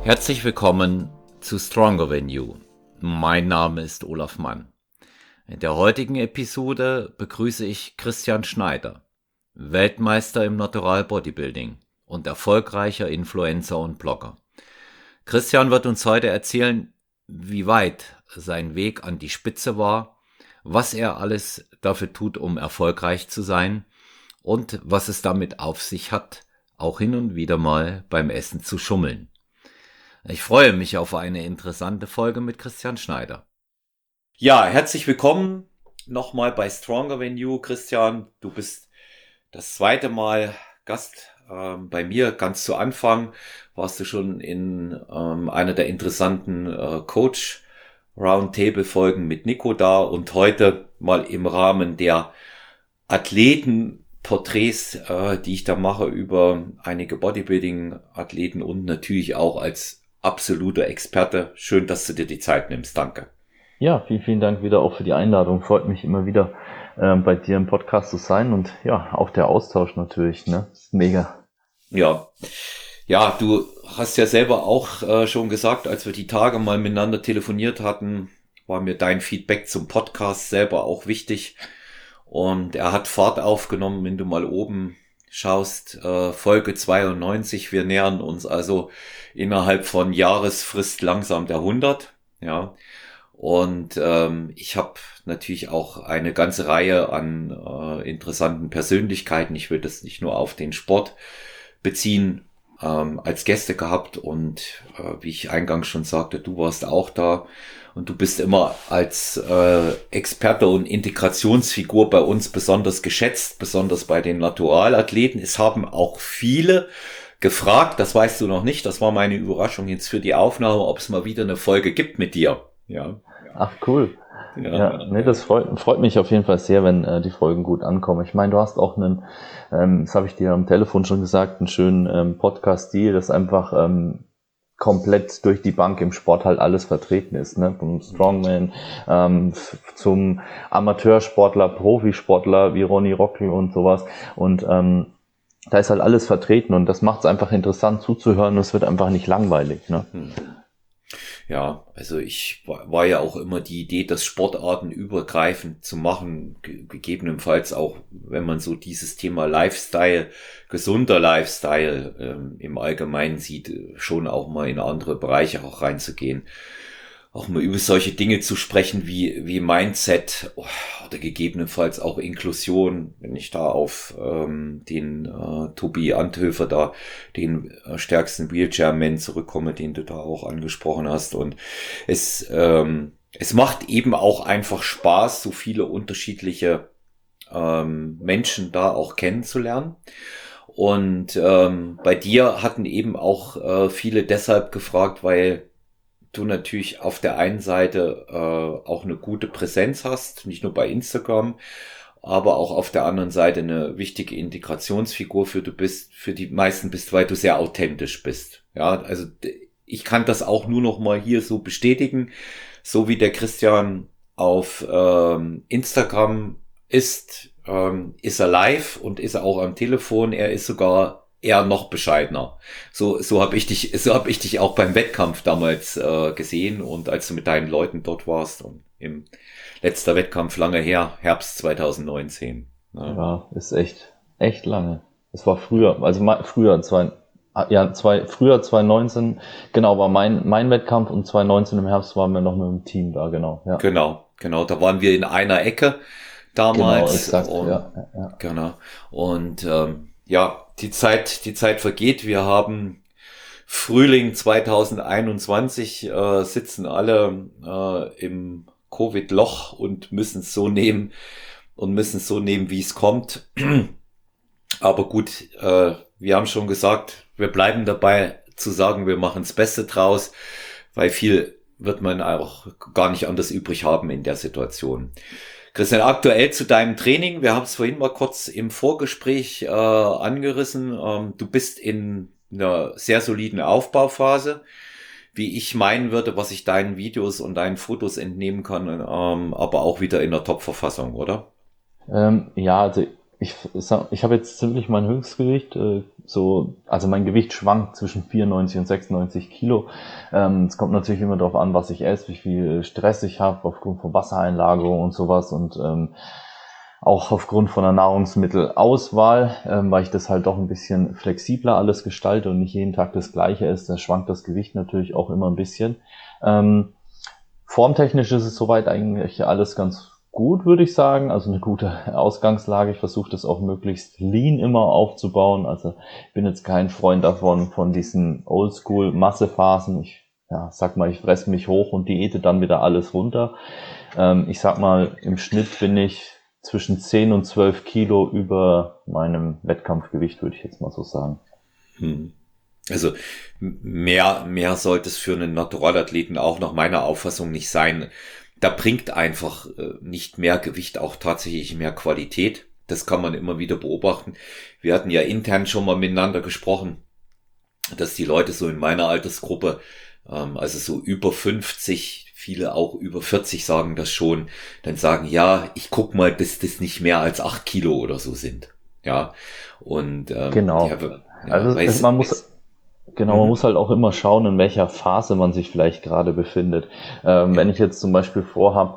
Herzlich willkommen zu Stronger Than You. Mein Name ist Olaf Mann. In der heutigen Episode begrüße ich Christian Schneider, Weltmeister im Natural Bodybuilding und erfolgreicher Influencer und Blogger. Christian wird uns heute erzählen, wie weit sein Weg an die Spitze war, was er alles dafür tut, um erfolgreich zu sein und was es damit auf sich hat, auch hin und wieder mal beim Essen zu schummeln. Ich freue mich auf eine interessante Folge mit Christian Schneider. Ja, herzlich willkommen nochmal bei Stronger Than You. Christian, du bist das zweite Mal Gast bei mir. Ganz zu Anfang warst du schon in einer der interessanten Coach Roundtable Folgen mit Nico da und heute mal im Rahmen der Athletenporträts, die ich da mache über einige Bodybuilding-Athleten und natürlich auch als absoluter Experte. Schön, dass du dir die Zeit nimmst. Danke. Ja, vielen Dank wieder auch für die Einladung. Freut mich immer wieder bei dir im Podcast zu sein und ja, auch der Austausch natürlich, ne? Mega. Ja, du hast ja selber auch schon gesagt, als wir die Tage mal miteinander telefoniert hatten, war mir dein Feedback zum Podcast selber auch wichtig und er hat Fahrt aufgenommen, wenn du mal oben schaust, Folge 92, wir nähern uns also innerhalb von Jahresfrist langsam der 100, ja, und ich habe natürlich auch eine ganze Reihe an interessanten Persönlichkeiten, ich will das nicht nur auf den Sport beziehen, als Gäste gehabt und wie ich eingangs schon sagte, du warst auch da und du bist immer als Experte und Integrationsfigur bei uns besonders geschätzt, besonders bei den Naturalathleten. Es haben auch viele gefragt, das weißt du noch nicht, das war meine Überraschung jetzt für die Aufnahme, ob es mal wieder eine Folge gibt mit dir. Ja. Ach, cool. Ja, nee, das freut mich auf jeden Fall sehr, wenn die Folgen gut ankommen. Ich meine, du hast auch einen, das habe ich dir am Telefon schon gesagt, einen schönen Podcast-Stil, das einfach komplett durch die Bank im Sport halt alles vertreten ist, ne? Vom Strongman zum Amateursportler, Profisportler wie Ronny Rockel und sowas. Und da ist halt alles vertreten und das macht es einfach interessant zuzuhören und es wird einfach nicht langweilig, ne? Ja, also ich war ja auch immer die Idee, das Sportarten übergreifend zu machen, gegebenenfalls auch, wenn man so dieses Thema Lifestyle, gesunder Lifestyle im Allgemeinen sieht, schon auch mal in andere Bereiche auch reinzugehen. Auch mal über solche Dinge zu sprechen wie Mindset oder gegebenenfalls auch Inklusion, wenn ich da auf den Tobi Anthöfer da, den stärksten Wheelchair-Man zurückkomme, den du da auch angesprochen hast. Und es macht eben auch einfach Spaß, so viele unterschiedliche Menschen da auch kennenzulernen. Und bei dir hatten eben auch viele deshalb gefragt, weil du natürlich auf der einen Seite auch eine gute Präsenz hast, nicht nur bei Instagram, aber auch auf der anderen Seite eine wichtige Integrationsfigur für die meisten bist, weil du sehr authentisch bist. Ja, also ich kann das auch nur noch mal hier so bestätigen, so wie der Christian auf Instagram ist er live und ist er auch am Telefon, er ist sogar eher noch bescheidener. So habe ich dich auch beim Wettkampf damals gesehen und als du mit deinen Leuten dort warst und im letzter Wettkampf lange her, Herbst 2019. Ja, ist echt lange. Es war früher, also früher 2019, genau, war mein Wettkampf und 2019 im Herbst waren wir noch mit dem Team da, genau. Ja. Genau, da waren wir in einer Ecke damals. Genau, exakt, und, ja. Genau. Und die Zeit vergeht. Wir haben Frühling 2021, sitzen alle im Covid-Loch und müssen es so nehmen, wie es kommt. Aber gut, wir haben schon gesagt, wir bleiben dabei zu sagen, wir machen das Beste draus, weil viel wird man auch gar nicht anders übrig haben in der Situation. Christian, aktuell zu deinem Training. Wir haben es vorhin mal kurz im Vorgespräch angerissen. Du bist in einer sehr soliden Aufbauphase, wie ich meinen würde, was ich deinen Videos und deinen Fotos entnehmen kann, aber auch wieder in der Top-Verfassung, oder? Ja, also ich habe jetzt ziemlich mein Höchstgewicht, also mein Gewicht schwankt zwischen 94 und 96 Kilo. Es kommt natürlich immer darauf an, was ich esse, wie viel Stress ich habe aufgrund von Wassereinlagerung und sowas und auch aufgrund von der Nahrungsmittelauswahl, weil ich das halt doch ein bisschen flexibler alles gestalte und nicht jeden Tag das Gleiche ist, da schwankt das Gewicht natürlich auch immer ein bisschen. Formtechnisch ist es soweit eigentlich alles ganz gut, würde ich sagen. Also eine gute Ausgangslage. Ich versuche das auch möglichst lean immer aufzubauen. Also ich bin jetzt kein Freund davon, von diesen Oldschool-Massephasen. Ich sag mal, ich fresse mich hoch und diete dann wieder alles runter. Ich sag mal, im Schnitt bin ich zwischen 10 und 12 Kilo über meinem Wettkampfgewicht, würde ich jetzt mal so sagen. Also mehr sollte es für einen Naturalathleten auch nach meiner Auffassung nicht sein. Da bringt einfach nicht mehr Gewicht auch tatsächlich mehr Qualität. Das kann man immer wieder beobachten. Wir hatten ja intern schon mal miteinander gesprochen, dass die Leute so in meiner Altersgruppe, also so über 50, viele auch über 40 sagen das schon, dann sagen, ja, ich guck mal, dass das nicht mehr als 8 Kilo oder so sind. Ja, und genau. Also man muss halt auch immer schauen, in welcher Phase man sich vielleicht gerade befindet. Wenn ich jetzt zum Beispiel vorhabe,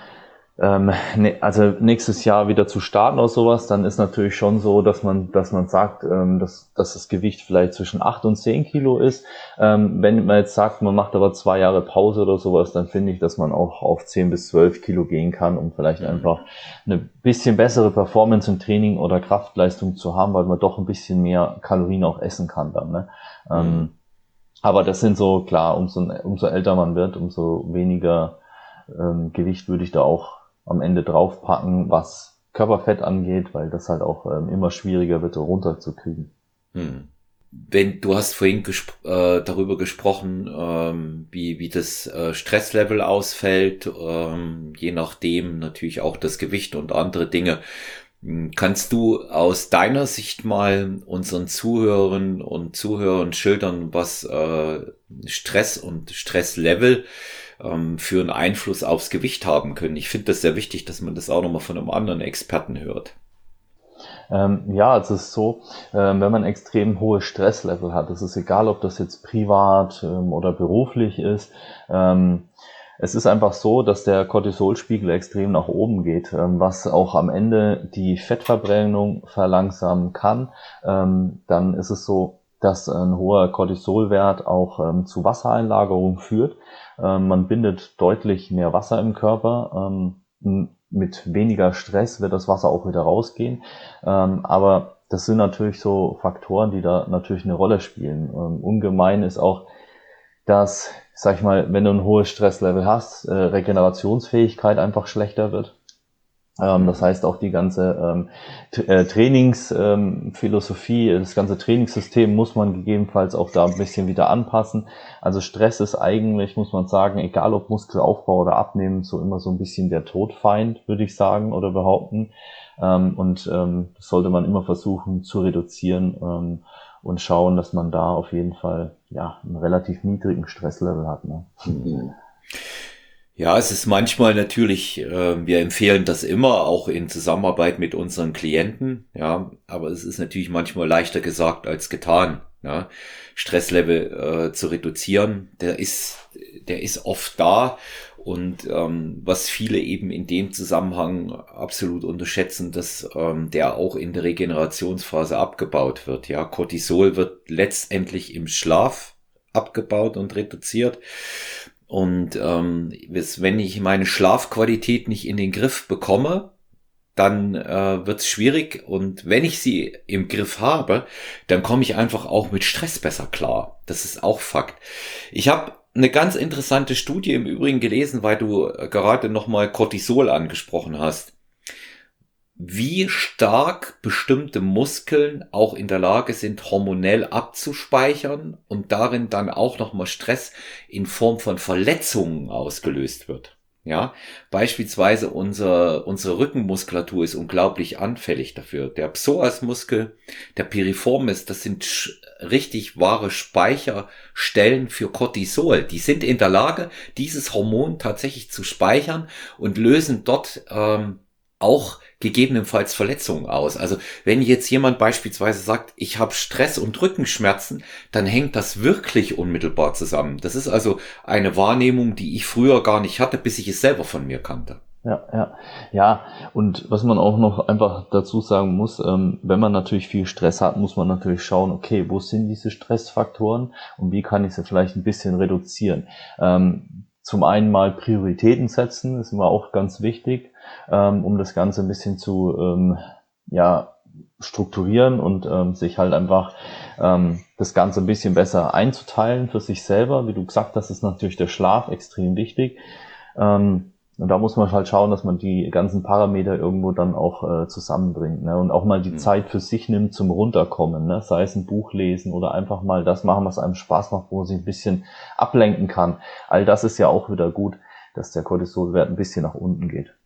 also nächstes Jahr wieder zu starten oder sowas, dann ist natürlich schon so, dass man sagt, dass das Gewicht vielleicht zwischen 8 und 10 Kilo ist. Wenn man jetzt sagt, man macht aber 2 Jahre Pause oder sowas, dann finde ich, dass man auch auf 10 bis 12 Kilo gehen kann, um vielleicht einfach eine bisschen bessere Performance im Training oder Kraftleistung zu haben, weil man doch ein bisschen mehr Kalorien auch essen kann dann, ne? Aber das sind so, klar, umso älter man wird, umso weniger Gewicht würde ich da auch am Ende draufpacken, was Körperfett angeht, weil das halt auch immer schwieriger wird, runterzukriegen. Du hast vorhin darüber gesprochen, wie das Stresslevel ausfällt, je nachdem natürlich auch das Gewicht und andere Dinge. Kannst du aus deiner Sicht mal unseren Zuhörerinnen und Zuhörern schildern, was Stress und Stresslevel für einen Einfluss aufs Gewicht haben können? Ich finde das sehr wichtig, dass man das auch nochmal von einem anderen Experten hört. Ja, es ist so, wenn man extrem hohe Stresslevel hat, es ist egal, ob das jetzt privat oder beruflich ist, es ist einfach so, dass der Cortisolspiegel extrem nach oben geht, was auch am Ende die Fettverbrennung verlangsamen kann. Dann ist es so, dass ein hoher Cortisolwert auch zu Wassereinlagerung führt. Man bindet deutlich mehr Wasser im Körper. Mit weniger Stress wird das Wasser auch wieder rausgehen. Aber das sind natürlich so Faktoren, die da natürlich eine Rolle spielen. Ungemein ist auch, dass, sag ich mal, wenn du ein hohes Stresslevel hast, Regenerationsfähigkeit einfach schlechter wird. Das heißt auch die ganze Trainingsphilosophie, das ganze Trainingssystem muss man gegebenenfalls auch da ein bisschen wieder anpassen. Also Stress ist eigentlich, muss man sagen, egal ob Muskelaufbau oder Abnehmen, so immer so ein bisschen der Todfeind, würde ich sagen oder behaupten. Das sollte man immer versuchen zu reduzieren und schauen, dass man da auf jeden Fall einen relativ niedrigen Stresslevel hat. Ne? Ja, es ist manchmal natürlich, wir empfehlen das immer, auch in Zusammenarbeit mit unseren Klienten, ja, aber es ist natürlich manchmal leichter gesagt als getan, ja. Stresslevel zu reduzieren, der ist oft da und was viele eben in dem Zusammenhang absolut unterschätzen, dass der auch in der Regenerationsphase abgebaut wird, ja. Cortisol wird letztendlich im Schlaf abgebaut und reduziert. Und wenn ich meine Schlafqualität nicht in den Griff bekomme, dann wird es schwierig. Und wenn ich sie im Griff habe, dann komme ich einfach auch mit Stress besser klar. Das ist auch Fakt. Ich habe eine ganz interessante Studie im Übrigen gelesen, weil du gerade nochmal Cortisol angesprochen hast. Wie stark bestimmte Muskeln auch in der Lage sind, hormonell abzuspeichern und darin dann auch nochmal Stress in Form von Verletzungen ausgelöst wird. Ja, beispielsweise unsere Rückenmuskulatur ist unglaublich anfällig dafür. Der Psoasmuskel, der Piriformis, das sind richtig wahre Speicherstellen für Cortisol. Die sind in der Lage, dieses Hormon tatsächlich zu speichern und lösen dort auch gegebenenfalls Verletzungen aus. Also wenn jetzt jemand beispielsweise sagt, ich habe Stress und Rückenschmerzen, dann hängt das wirklich unmittelbar zusammen. Das ist also eine Wahrnehmung, die ich früher gar nicht hatte, bis ich es selber von mir kannte. Ja, und was man auch noch einfach dazu sagen muss, wenn man natürlich viel Stress hat, muss man natürlich schauen, okay, wo sind diese Stressfaktoren und wie kann ich sie vielleicht ein bisschen reduzieren. Zum einen mal Prioritäten setzen, das ist immer auch ganz wichtig, um das Ganze ein bisschen zu strukturieren und sich halt einfach das Ganze ein bisschen besser einzuteilen für sich selber. Wie du gesagt hast, ist natürlich der Schlaf extrem wichtig. Und da muss man halt schauen, dass man die ganzen Parameter irgendwo dann auch zusammenbringt, ne? Und auch mal die Zeit für sich nimmt zum Runterkommen, ne? Sei es ein Buch lesen oder einfach mal das machen, was einem Spaß macht, wo man sich ein bisschen ablenken kann. All das ist ja auch wieder gut, dass der Cortisolwert ein bisschen nach unten geht.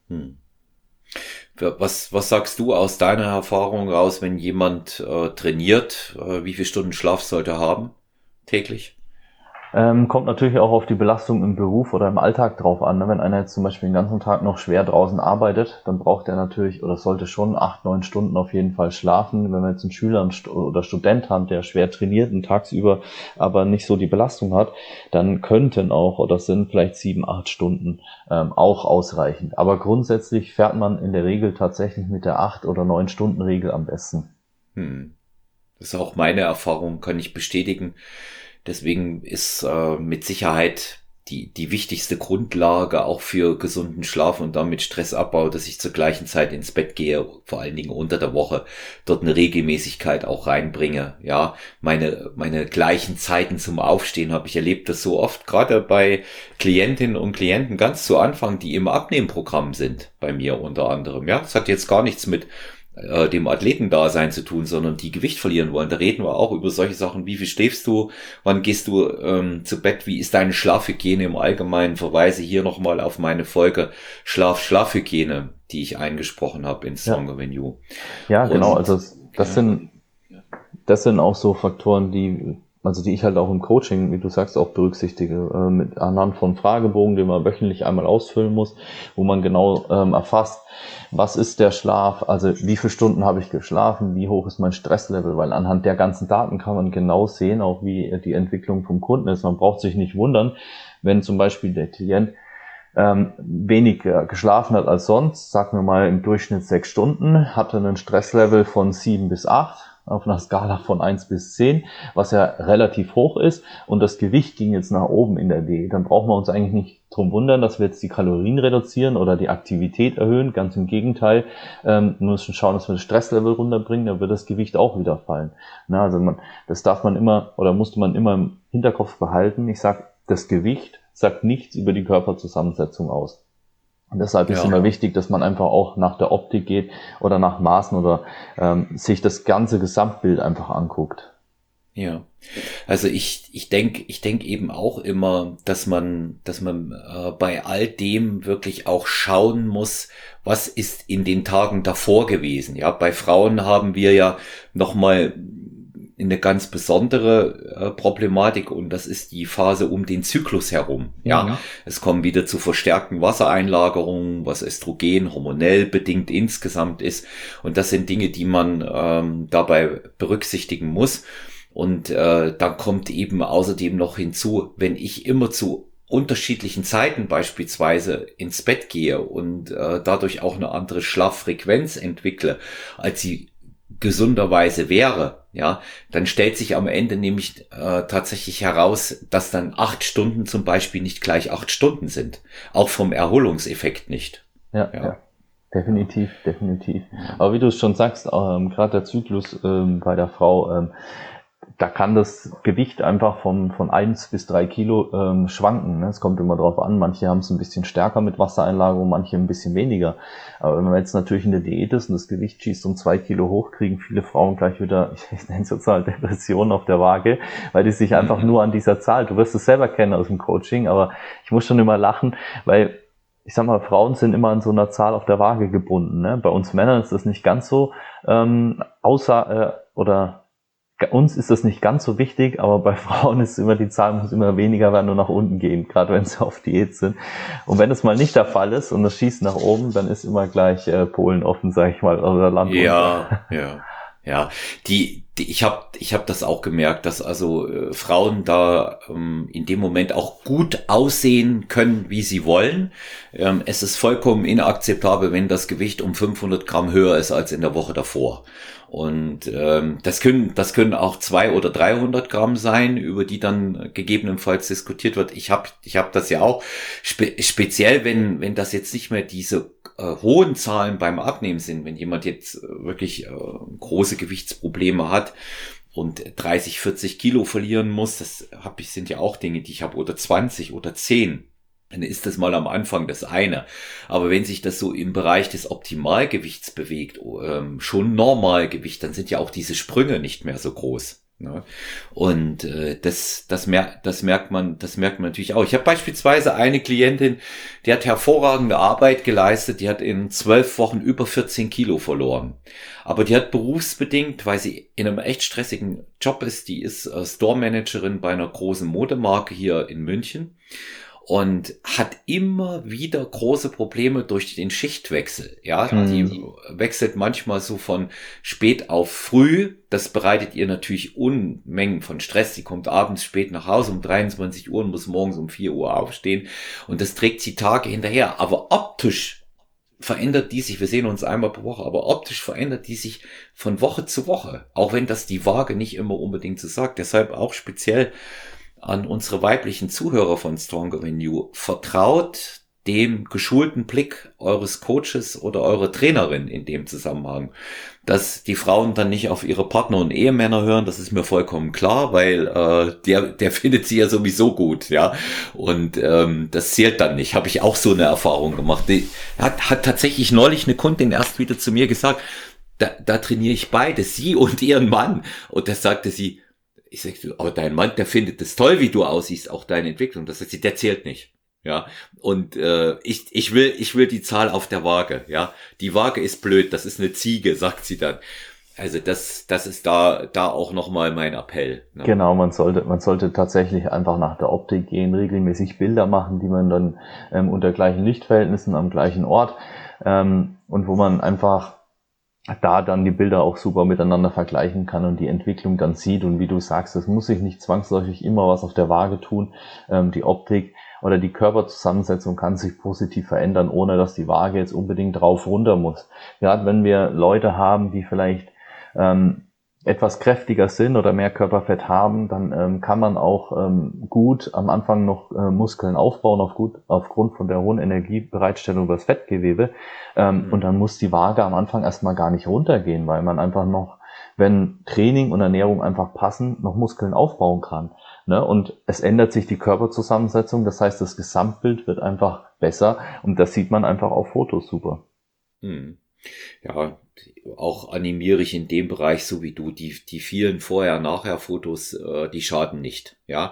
Was sagst du aus deiner Erfahrung raus, wenn jemand trainiert? Wie viele Stunden Schlaf sollte er haben täglich? Kommt natürlich auch auf die Belastung im Beruf oder im Alltag drauf an. Ne? Wenn einer jetzt zum Beispiel den ganzen Tag noch schwer draußen arbeitet, dann braucht er natürlich oder sollte schon 8-9 Stunden auf jeden Fall schlafen. Wenn wir jetzt einen Schüler oder Student haben, der schwer trainiert und tagsüber aber nicht so die Belastung hat, dann könnten auch oder sind vielleicht 7-8 Stunden auch ausreichend. Aber grundsätzlich fährt man in der Regel tatsächlich mit der 8 oder 9 Stunden Regel am besten. Das ist auch meine Erfahrung, kann ich bestätigen. Deswegen ist mit Sicherheit die wichtigste Grundlage auch für gesunden Schlaf und damit Stressabbau, dass ich zur gleichen Zeit ins Bett gehe, vor allen Dingen unter der Woche, dort eine Regelmäßigkeit auch reinbringe. Ja, meine gleichen Zeiten zum Aufstehen habe ich erlebt, das so oft, gerade bei Klientinnen und Klienten ganz zu Anfang, die im Abnehmprogramm sind, bei mir unter anderem. Ja, das hat jetzt gar nichts mit dem Athletendasein zu tun, sondern die Gewicht verlieren wollen. Da reden wir auch über solche Sachen, wie viel schläfst du, wann gehst du zu Bett, wie ist deine Schlafhygiene im Allgemeinen. Verweise hier nochmal auf meine Folge Schlafhygiene, die ich eingesprochen habe in Stronger Than You. Ja, genau, also das sind auch so Faktoren, die ich halt auch im Coaching, wie du sagst, auch berücksichtige, mit anhand von Fragebogen, den man wöchentlich einmal ausfüllen muss, wo man genau erfasst, was ist der Schlaf, also wie viele Stunden habe ich geschlafen, wie hoch ist mein Stresslevel, weil anhand der ganzen Daten kann man genau sehen, auch wie die Entwicklung vom Kunden ist. Man braucht sich nicht wundern, wenn zum Beispiel der Klient weniger geschlafen hat als sonst, sagen wir mal im Durchschnitt 6 Stunden, hatte einen Stresslevel von 7 bis 8, auf einer Skala von 1 bis 10, was ja relativ hoch ist, und das Gewicht ging jetzt nach oben in der Diät, dann brauchen wir uns eigentlich nicht drum wundern, dass wir jetzt die Kalorien reduzieren oder die Aktivität erhöhen. Ganz im Gegenteil, wir müssen schauen, dass wir das Stresslevel runterbringen, dann wird das Gewicht auch wieder fallen. Na, also das darf man immer oder musste man immer im Hinterkopf behalten. Ich sage, das Gewicht sagt nichts über die Körperzusammensetzung aus. Und deshalb ist immer wichtig, dass man einfach auch nach der Optik geht oder nach Maßen oder sich das ganze Gesamtbild einfach anguckt. Ja, also ich denke eben auch immer, dass man bei all dem wirklich auch schauen muss, was ist in den Tagen davor gewesen. Ja, bei Frauen haben wir ja nochmal eine ganz besondere Problematik, und das ist die Phase um den Zyklus herum. Ja, es kommen wieder zu verstärkten Wassereinlagerungen, was Östrogen hormonell bedingt insgesamt ist, und das sind Dinge, die man dabei berücksichtigen muss. Und dann kommt eben außerdem noch hinzu, wenn ich immer zu unterschiedlichen Zeiten beispielsweise ins Bett gehe und dadurch auch eine andere Schlaffrequenz entwickle, als sie gesunderweise wäre, ja, dann stellt sich am Ende nämlich tatsächlich heraus, dass dann 8 Stunden zum Beispiel nicht gleich 8 Stunden sind. Auch vom Erholungseffekt nicht. Ja. Definitiv. Aber wie du es schon sagst, gerade der Zyklus bei der Frau, da kann das Gewicht einfach von 1 bis 3 Kilo schwanken. Ne? Es kommt immer drauf an. Manche haben es ein bisschen stärker mit Wassereinlagerung, manche ein bisschen weniger. Aber wenn man jetzt natürlich in der Diät ist und das Gewicht schießt um 2 Kilo hoch, kriegen viele Frauen gleich wieder, ich nenne es jetzt mal Depressionen auf der Waage, weil die sich einfach nur an dieser Zahl, du wirst es selber kennen aus dem Coaching, aber ich muss schon immer lachen, weil ich sag mal, Frauen sind immer an so einer Zahl auf der Waage gebunden. Ne? Bei uns Männern ist das nicht ganz so, uns ist das nicht ganz so wichtig, aber bei Frauen ist immer, die Zahl muss immer weniger werden und nach unten gehen, gerade wenn sie auf Diät sind. Und wenn es mal nicht der Fall ist und es schießt nach oben, dann ist immer gleich Polen offen, sag ich mal, oder Land unter. Ja, ich hab das auch gemerkt, dass also Frauen da in dem Moment auch gut aussehen können, wie sie wollen. Es ist vollkommen inakzeptabel, wenn das Gewicht um 500 Gramm höher ist als in der Woche davor. Und das können auch 200 oder 300 Gramm sein, über die dann gegebenenfalls diskutiert wird. Ich hab das ja auch speziell, wenn das jetzt nicht mehr diese hohen Zahlen beim Abnehmen sind, wenn jemand jetzt wirklich große Gewichtsprobleme hat und 30, 40 Kilo verlieren muss, sind ja auch Dinge, die ich habe, oder 20 oder 10. Dann ist das mal am Anfang das eine. Aber wenn sich das so im Bereich des Optimalgewichts bewegt, schon Normalgewicht, dann sind ja auch diese Sprünge nicht mehr so groß. Ne? Und das merkt man natürlich auch. Ich habe beispielsweise eine Klientin, die hat hervorragende Arbeit geleistet, die hat in 12 Wochen über 14 Kilo verloren. Aber die hat berufsbedingt, weil sie in einem echt stressigen Job ist, die ist Store-Managerin bei einer großen Modemarke hier in München, und hat immer wieder große Probleme durch den Schichtwechsel. Ja, die wechselt manchmal so von spät auf früh. Das bereitet ihr natürlich Unmengen von Stress. Sie kommt abends spät nach Hause um 23 Uhr und muss morgens um 4 Uhr aufstehen. Und das trägt sie Tage hinterher. Aber optisch verändert die sich, wir sehen uns einmal pro Woche, aber optisch verändert die sich von Woche zu Woche. Auch wenn das die Waage nicht immer unbedingt so sagt. Deshalb auch speziell an unsere weiblichen Zuhörer von Stronger Than You: Vertraut dem geschulten Blick eures Coaches oder eurer Trainerin in dem Zusammenhang. Dass die Frauen dann nicht auf ihre Partner und Ehemänner hören, das ist mir vollkommen klar, weil der findet sie ja sowieso gut, ja. Und das zählt dann nicht. Habe ich auch so eine Erfahrung gemacht. Die hat tatsächlich neulich eine Kundin erst wieder zu mir gesagt, da trainiere ich beide, sie und ihren Mann. Und da sagte sie, ich sag, aber dein Mann, der findet es toll, wie du aussiehst, auch deine Entwicklung. Das heißt, der zählt nicht. Ja, und ich will die Zahl auf der Waage. Ja, die Waage ist blöd, das ist eine Ziege, sagt sie dann. Also das ist da auch nochmal mein Appell. Ne? Genau, man sollte tatsächlich einfach nach der Optik gehen, regelmäßig Bilder machen, die man dann unter gleichen Lichtverhältnissen am gleichen Ort und wo man einfach da dann die Bilder auch super miteinander vergleichen kann und die Entwicklung dann sieht. Und wie du sagst, es muss sich nicht zwangsläufig immer was auf der Waage tun. Die Optik oder die Körperzusammensetzung kann sich positiv verändern, ohne dass die Waage jetzt unbedingt drauf runter muss. Gerade wenn wir Leute haben, die vielleicht etwas kräftiger sind oder mehr Körperfett haben, dann kann man auch gut am Anfang noch Muskeln aufbauen aufgrund von der hohen Energiebereitstellung über das Fettgewebe. Und dann muss die Waage am Anfang erstmal gar nicht runtergehen, weil man einfach noch, wenn Training und Ernährung einfach passen, noch Muskeln aufbauen kann. Ne? Und es ändert sich die Körperzusammensetzung, das heißt, das Gesamtbild wird einfach besser und das sieht man einfach auf Fotos super. Ja, auch animiere ich in dem Bereich, so wie du, die vielen Vorher-Nachher-Fotos, die schaden nicht. Ja,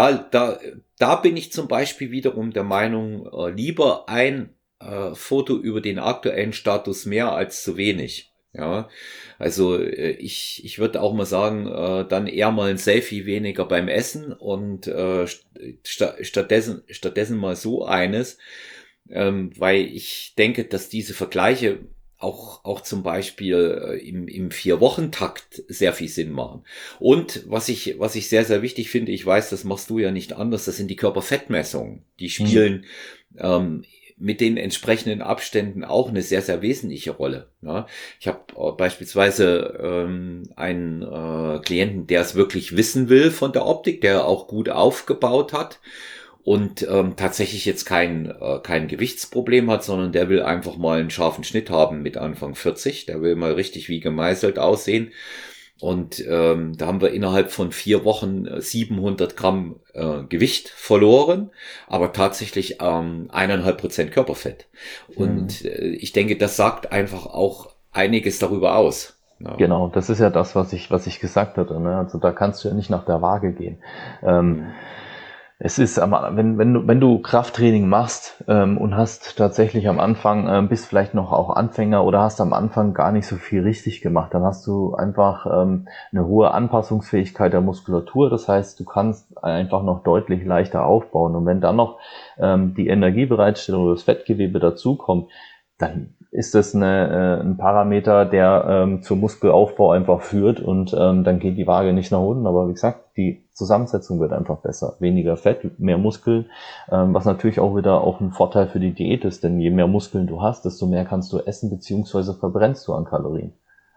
da bin ich zum Beispiel wiederum der Meinung, lieber ein Foto über den aktuellen Status mehr als zu wenig. Ja, also ich würde auch mal sagen, dann eher mal ein Selfie weniger beim Essen und stattdessen mal so eines, weil ich denke, dass diese Vergleiche auch zum Beispiel im 4-Wochen-Takt sehr viel Sinn machen. Und was ich sehr, sehr wichtig finde, ich weiß, das machst du ja nicht anders, das sind die Körperfettmessungen. Die spielen mit den entsprechenden Abständen auch eine sehr, sehr wesentliche Rolle. Ja, ich habe beispielsweise einen Klienten, der es wirklich wissen will von der Optik, der auch gut aufgebaut hat und tatsächlich jetzt kein Gewichtsproblem hat, sondern der will einfach mal einen scharfen Schnitt haben mit Anfang 40. Der will mal richtig wie gemeißelt aussehen. Und da haben wir innerhalb von 4 Wochen 700 Gramm Gewicht verloren, aber tatsächlich 1,5% Körperfett. Und ich denke, das sagt einfach auch einiges darüber aus. Ja. Genau, das ist ja das, was ich gesagt hatte. Ne? Also da kannst du ja nicht nach der Waage gehen. Es ist, wenn du Krafttraining machst und hast tatsächlich am Anfang, bist vielleicht noch auch Anfänger oder hast am Anfang gar nicht so viel richtig gemacht, dann hast du einfach eine hohe Anpassungsfähigkeit der Muskulatur. Das heißt, du kannst einfach noch deutlich leichter aufbauen. Und wenn dann noch die Energiebereitstellung oder das Fettgewebe dazukommt, dann ist das ein Parameter, der zum Muskelaufbau einfach führt und dann geht die Waage nicht nach unten. Aber wie gesagt, die Zusammensetzung wird einfach besser. Weniger Fett, mehr Muskeln, was natürlich auch wieder auch ein Vorteil für die Diät ist, denn je mehr Muskeln du hast, desto mehr kannst du essen beziehungsweise verbrennst du an Kalorien.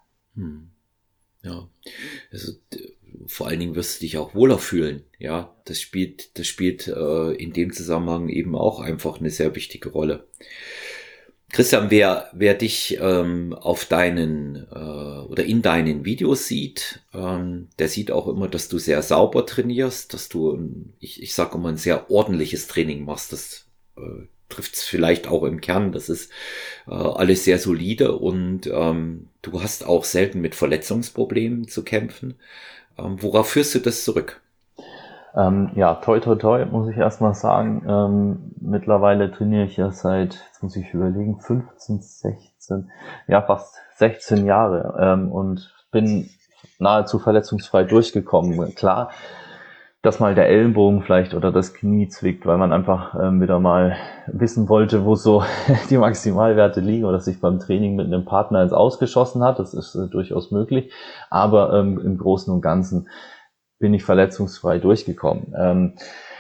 Ja, also vor allen Dingen wirst du dich auch wohler fühlen. Ja, das spielt in dem Zusammenhang eben auch einfach eine sehr wichtige Rolle. Christian, wer dich auf deinen oder in deinen Videos sieht, der sieht auch immer, dass du sehr sauber trainierst, dass du, ich sage immer, ein sehr ordentliches Training machst. Das trifft es vielleicht auch im Kern. Das ist alles sehr solide und du hast auch selten mit Verletzungsproblemen zu kämpfen. Worauf führst du das zurück? Ja, toi, toi, toi, muss ich erstmal sagen. Mittlerweile trainiere ich ja seit, jetzt muss ich überlegen, 15, 16, ja fast 16 Jahre und bin nahezu verletzungsfrei durchgekommen. Klar, dass mal der Ellenbogen vielleicht oder das Knie zwickt, weil man einfach wieder mal wissen wollte, wo so die Maximalwerte liegen oder sich beim Training mit einem Partner ins Ausgeschossen hat. Das ist durchaus möglich, aber im Großen und Ganzen bin ich verletzungsfrei durchgekommen.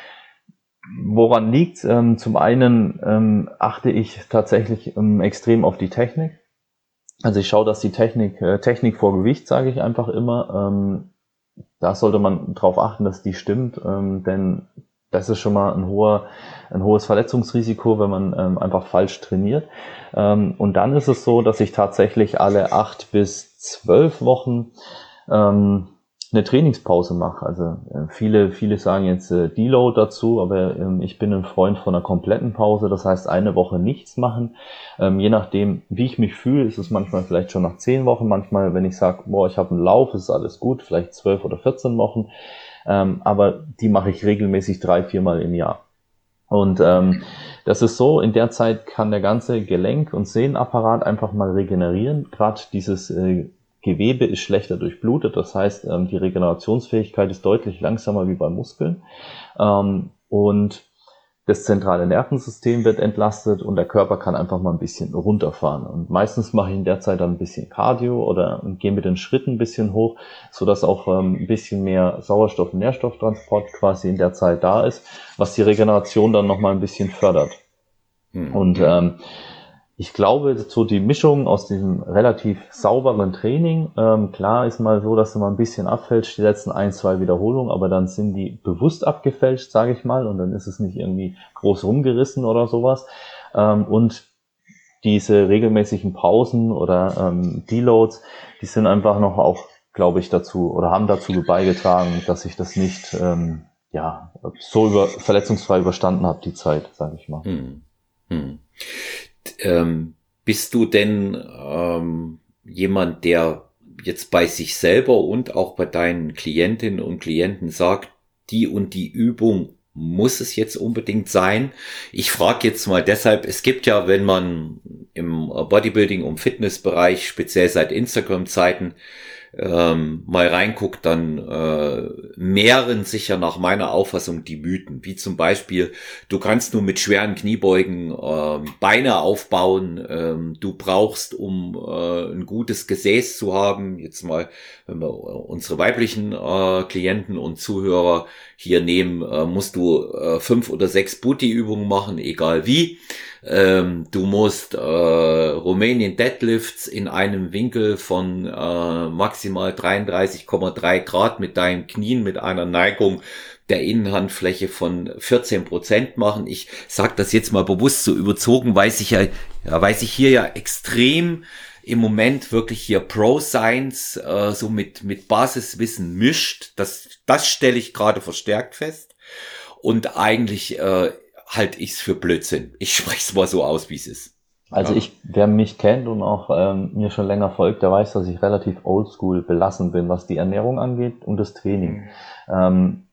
Woran liegt's? Zum einen achte ich tatsächlich extrem auf die Technik. Also ich schaue, dass die Technik vor Gewicht, sage ich einfach immer. Da sollte man drauf achten, dass die stimmt, denn das ist schon mal ein hohes Verletzungsrisiko, wenn man einfach falsch trainiert. Und dann ist es so, dass ich tatsächlich alle 8 bis 12 Wochen eine Trainingspause mache. Also viele sagen jetzt Deload dazu, aber ich bin ein Freund von einer kompletten Pause. Das heißt, eine Woche nichts machen. Je nachdem, wie ich mich fühle, ist es manchmal vielleicht schon nach 10 Wochen. Manchmal, wenn ich sage, ich habe einen Lauf, ist alles gut, vielleicht 12 oder 14 Wochen. Aber die mache ich regelmäßig 3-4 Mal im Jahr. Und das ist so, in der Zeit kann der ganze Gelenk- und Sehnenapparat einfach mal regenerieren. Gerade dieses Gewebe ist schlechter durchblutet, das heißt, die Regenerationsfähigkeit ist deutlich langsamer wie bei Muskeln und das zentrale Nervensystem wird entlastet und der Körper kann einfach mal ein bisschen runterfahren. Und meistens mache ich in der Zeit dann ein bisschen Cardio oder gehe mit den Schritten ein bisschen hoch, sodass auch ein bisschen mehr Sauerstoff- und Nährstofftransport quasi in der Zeit da ist, was die Regeneration dann nochmal ein bisschen fördert. Und ich glaube, so die Mischung aus diesem relativ sauberen Training, klar ist mal so, dass du mal ein bisschen abfälscht, die letzten 1-2 Wiederholungen, aber dann sind die bewusst abgefälscht, sage ich mal, und dann ist es nicht irgendwie groß rumgerissen oder sowas. Und diese regelmäßigen Pausen oder Deloads, die sind einfach noch auch, glaube ich, dazu oder haben dazu beigetragen, dass ich das nicht so verletzungsfrei überstanden habe, die Zeit, sage ich mal. Bist du denn jemand, der jetzt bei sich selber und auch bei deinen Klientinnen und Klienten sagt, die und die Übung muss es jetzt unbedingt sein? Ich frage jetzt mal deshalb, es gibt ja, wenn man im Bodybuilding- und Fitnessbereich, speziell seit Instagram-Zeiten, mal reinguckt, dann mehren sich ja nach meiner Auffassung die Mythen, wie zum Beispiel, du kannst nur mit schweren Kniebeugen Beine aufbauen, du brauchst, um ein gutes Gesäß zu haben, jetzt mal, wenn wir unsere weiblichen Klienten und Zuhörer hier nehmen, musst du 5 oder 6 Booty-Übungen machen, egal wie. Du musst Romanian Deadlifts in einem Winkel von maximal 33,3 Grad mit deinen Knien mit einer Neigung der Innenhandfläche von 14% machen. Ich sage das jetzt mal bewusst so überzogen, weil sich hier ja extrem im Moment wirklich hier Pro-Science so mit Basiswissen mischt. Das stelle ich gerade verstärkt fest. Und eigentlich halte ich es für Blödsinn. Ich spreche es mal so aus, wie es ist. Also wer mich kennt und auch mir schon länger folgt, der weiß, dass ich relativ oldschool belassen bin, was die Ernährung angeht und das Training.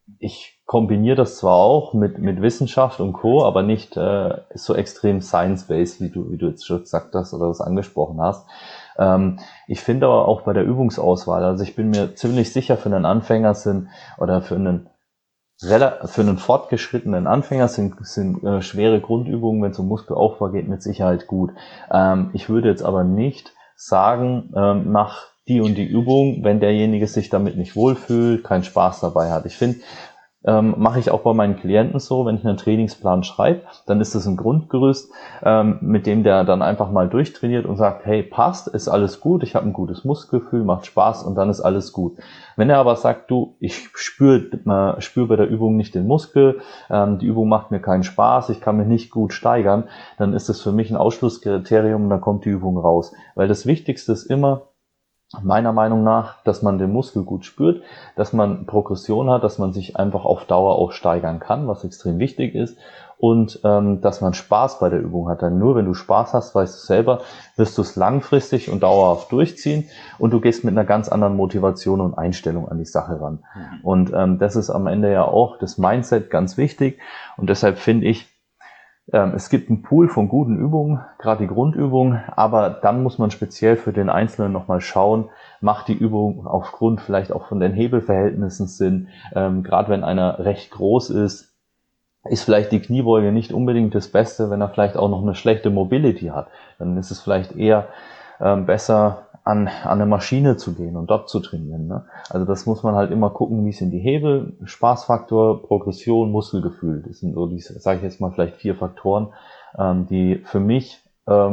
ich kombiniere das zwar auch mit Wissenschaft und Co., aber nicht so extrem science-based, wie du jetzt schon gesagt hast oder das angesprochen hast. Ich finde aber auch bei der Übungsauswahl, also ich bin mir ziemlich sicher, für einen Anfänger oder für einen fortgeschrittenen Anfänger sind schwere Grundübungen, wenn es um Muskelaufbau geht, mit Sicherheit gut. Ich würde jetzt aber nicht sagen, mach die und die Übung, wenn derjenige sich damit nicht wohlfühlt, keinen Spaß dabei hat. Ich finde, mache ich auch bei meinen Klienten so, wenn ich einen Trainingsplan schreibe, dann ist das ein Grundgerüst, mit dem der dann einfach mal durchtrainiert und sagt, hey, passt, ist alles gut, ich habe ein gutes Muskelgefühl, macht Spaß und dann ist alles gut. Wenn er aber sagt, du, ich spüre bei der Übung nicht den Muskel, die Übung macht mir keinen Spaß, ich kann mich nicht gut steigern, dann ist das für mich ein Ausschlusskriterium und dann kommt die Übung raus. Weil das Wichtigste ist immer, meiner Meinung nach, dass man den Muskel gut spürt, dass man Progression hat, dass man sich einfach auf Dauer auch steigern kann, was extrem wichtig ist, und dass man Spaß bei der Übung hat. Denn nur wenn du Spaß hast, weißt du selber, wirst du es langfristig und dauerhaft durchziehen und du gehst mit einer ganz anderen Motivation und Einstellung an die Sache ran. Und das ist am Ende ja auch das Mindset ganz wichtig und deshalb finde ich, es gibt einen Pool von guten Übungen, gerade die Grundübungen, aber dann muss man speziell für den Einzelnen nochmal schauen, macht die Übung aufgrund vielleicht auch von den Hebelverhältnissen Sinn, gerade wenn einer recht groß ist vielleicht die Kniebeuge nicht unbedingt das Beste, wenn er vielleicht auch noch eine schlechte Mobility hat. Dann ist es vielleicht eher besser, an eine Maschine zu gehen und dort zu trainieren. Ne? Also das muss man halt immer gucken, wie sind die Hebel, Spaßfaktor, Progression, Muskelgefühl. Das sind so diese, sage ich jetzt mal, vielleicht 4 Faktoren, die für mich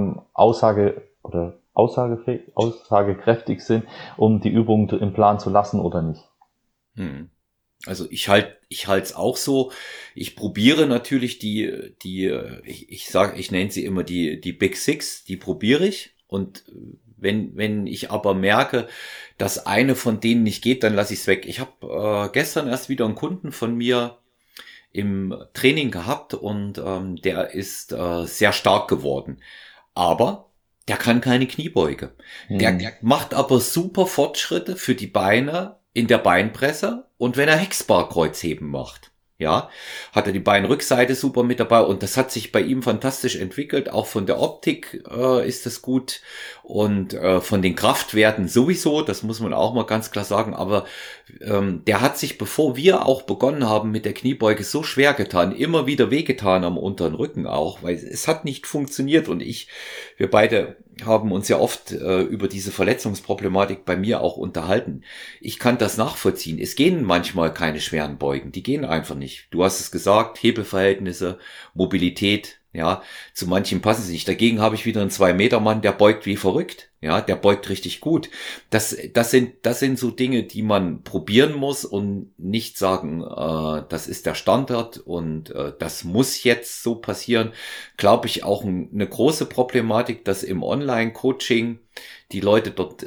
aussagekräftig sind, um die Übung im Plan zu lassen oder nicht. Also ich halt's auch so. Ich probiere natürlich ich nenne sie immer die Big Six, die probiere ich. Und wenn ich aber merke, dass eine von denen nicht geht, dann lasse ich es weg. Ich habe gestern erst wieder einen Kunden von mir im Training gehabt und der ist sehr stark geworden. Aber der kann keine Kniebeuge. Der macht aber super Fortschritte für die Beine in der Beinpresse und wenn er Hexbar-Kreuzheben macht. Ja, hat er die Beinrückseite super mit dabei und das hat sich bei ihm fantastisch entwickelt. Auch von der Optik ist das gut und von den Kraftwerten sowieso, das muss man auch mal ganz klar sagen. Aber der hat sich, bevor wir auch begonnen haben mit der Kniebeuge, so schwer getan, immer wieder wehgetan am unteren Rücken auch, weil es hat nicht funktioniert und wir beide haben uns ja oft über diese Verletzungsproblematik bei mir auch unterhalten. Ich kann das nachvollziehen. Es gehen manchmal keine schweren Beugen, die gehen einfach nicht. Du hast es gesagt, Hebelverhältnisse, Mobilität, ja, zu manchen passen sie nicht. Dagegen habe ich wieder einen 2-Meter-Mann, der beugt wie verrückt, ja, der beugt richtig gut. Das sind so Dinge, die man probieren muss und nicht sagen, das ist der Standard und das muss jetzt so passieren. Glaube ich auch eine große Problematik, dass im Online-Coaching die Leute dort